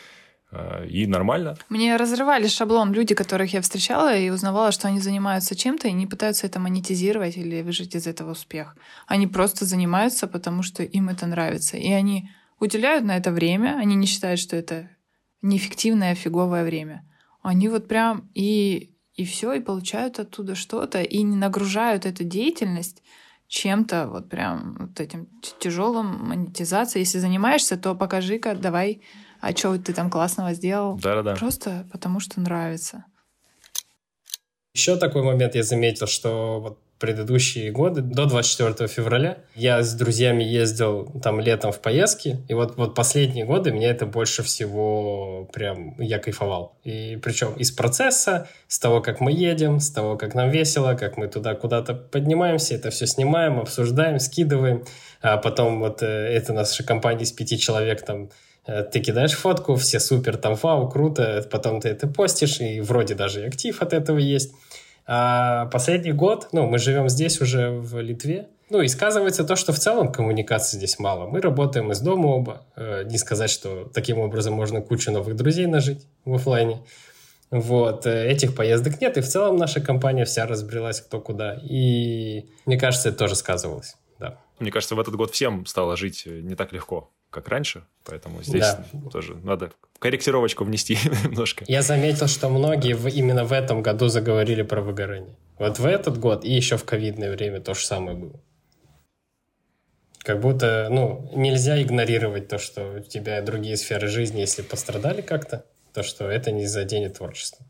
и нормально. Мне разрывали шаблон люди, которых я встречала, и узнавала, что они занимаются чем-то и не пытаются это монетизировать или выжать из этого успех. Они просто занимаются, потому что им это нравится. И они уделяют на это время, они не считают, что это неэффективное, фиговое время. Они вот прям и и все, и получают оттуда что-то, и не нагружают эту деятельность чем-то вот прям вот этим тяжелым монетизацией. Если занимаешься, то покажи-ка, давай, а что ты там классного сделал. Да-да-да. Просто потому что нравится. Еще такой момент я заметил, что вот предыдущие годы, до двадцать четвёртого февраля, я с друзьями ездил там летом в поездки, и вот, вот последние годы мне это больше всего прям я кайфовал. И причем из процесса, с того, как мы едем, с того, как нам весело, как мы туда куда-то поднимаемся, это все снимаем, обсуждаем, скидываем, а потом вот это наша компания из пяти человек там, ты кидаешь фотку, все супер, там вау, круто, потом ты это постишь, и вроде даже и актив от этого есть. А последний год, ну, мы живем здесь уже в Литве, ну, и сказывается то, что в целом коммуникации здесь мало. Мы работаем из дома оба. Не сказать, что таким образом можно кучу новых друзей нажить в офлайне. Вот. Этих поездок нет, и в целом наша компания вся разбрелась кто куда. И мне кажется, это тоже сказывалось, да. Мне кажется, в этот год всем стало жить не так легко, как раньше, поэтому здесь да. тоже надо корректировочку внести немножко. Я заметил, что многие в, именно в этом году заговорили про выгорание. Вот в этот год и еще в ковидное время то же самое было. Как будто, ну, нельзя игнорировать то, что у тебя другие сферы жизни, если пострадали как-то, то, что это не заденет творчество.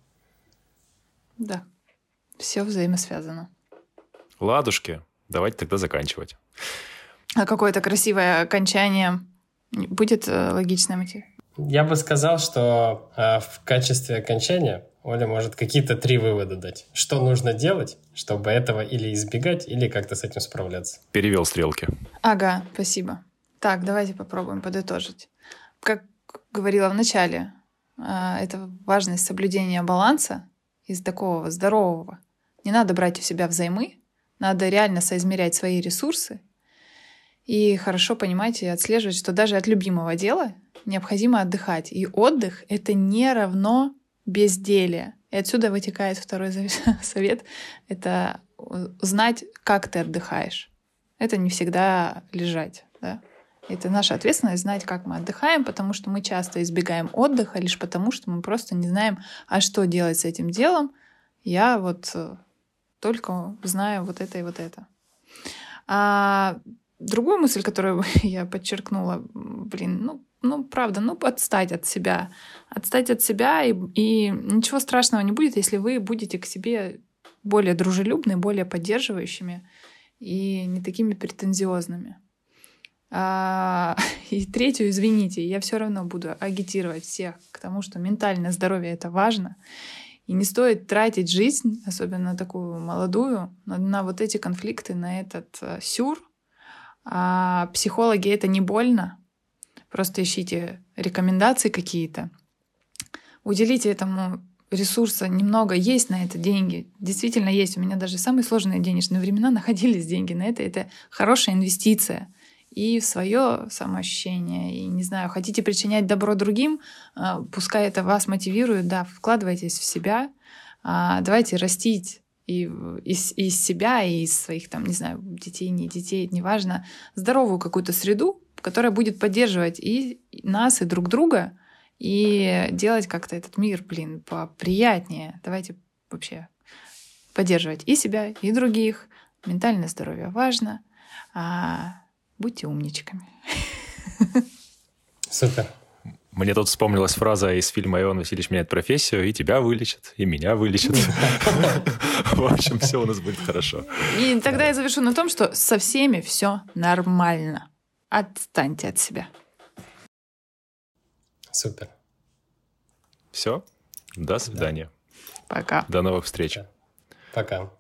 Да, все взаимосвязано. Ладушки, давайте тогда заканчивать. А какое-то красивое окончание будет э, логичное мотив? Я бы сказал, что э, в качестве окончания Оля может какие-то три вывода дать. Что нужно делать, чтобы этого или избегать, или как-то с этим справляться. Перевел стрелки. Ага, спасибо. Так, давайте попробуем подытожить. Как говорила в начале, э, это важность соблюдения баланса из такого здорового. Не надо брать у себя взаймы, надо реально соизмерять свои ресурсы и хорошо понимать и отслеживать, что даже от любимого дела необходимо отдыхать. И отдых — это не равно безделие. И отсюда вытекает второй совет — это узнать, как ты отдыхаешь. Это не всегда лежать. Да? Это наша ответственность — знать, как мы отдыхаем, потому что мы часто избегаем отдыха лишь потому, что мы просто не знаем, а что делать с этим делом. Я вот только знаю вот это и вот это. А другую мысль, которую я подчеркнула, блин, ну, ну правда, ну отстать от себя. Отстать от себя, и, и ничего страшного не будет, если вы будете к себе более дружелюбны, более поддерживающими и не такими претензиозными. А, и третью, извините, я все равно буду агитировать всех к тому, что ментальное здоровье — это важно. И не стоит тратить жизнь, особенно такую молодую, на, на вот эти конфликты, на этот э, сюр. А психологи — это не больно. Просто ищите рекомендации какие-то. Уделите этому ресурса немного. Есть на это деньги. Действительно есть. У меня даже самые сложные денежные времена находились деньги на это. Это хорошая инвестиция. И в свое самоощущение. И, не знаю, хотите причинять добро другим, пускай это вас мотивирует, да, вкладывайтесь в себя, давайте растить и из, из себя, и из своих, там, не знаю, детей, не детей, неважно, здоровую какую-то среду, которая будет поддерживать и нас, и друг друга, и делать как-то этот мир, блин, поприятнее. Давайте вообще поддерживать и себя, и других. Ментальное здоровье важно. Будьте умничками. Супер. Мне тут вспомнилась фраза из фильма «Иоанн Васильевич меняет профессию», и тебя вылечат, и меня вылечат. В общем, все у нас будет хорошо. И тогда я завершу на том, что со всеми все нормально. Отстаньте от себя. Супер. Все. До свидания. Пока. До новых встреч. Пока.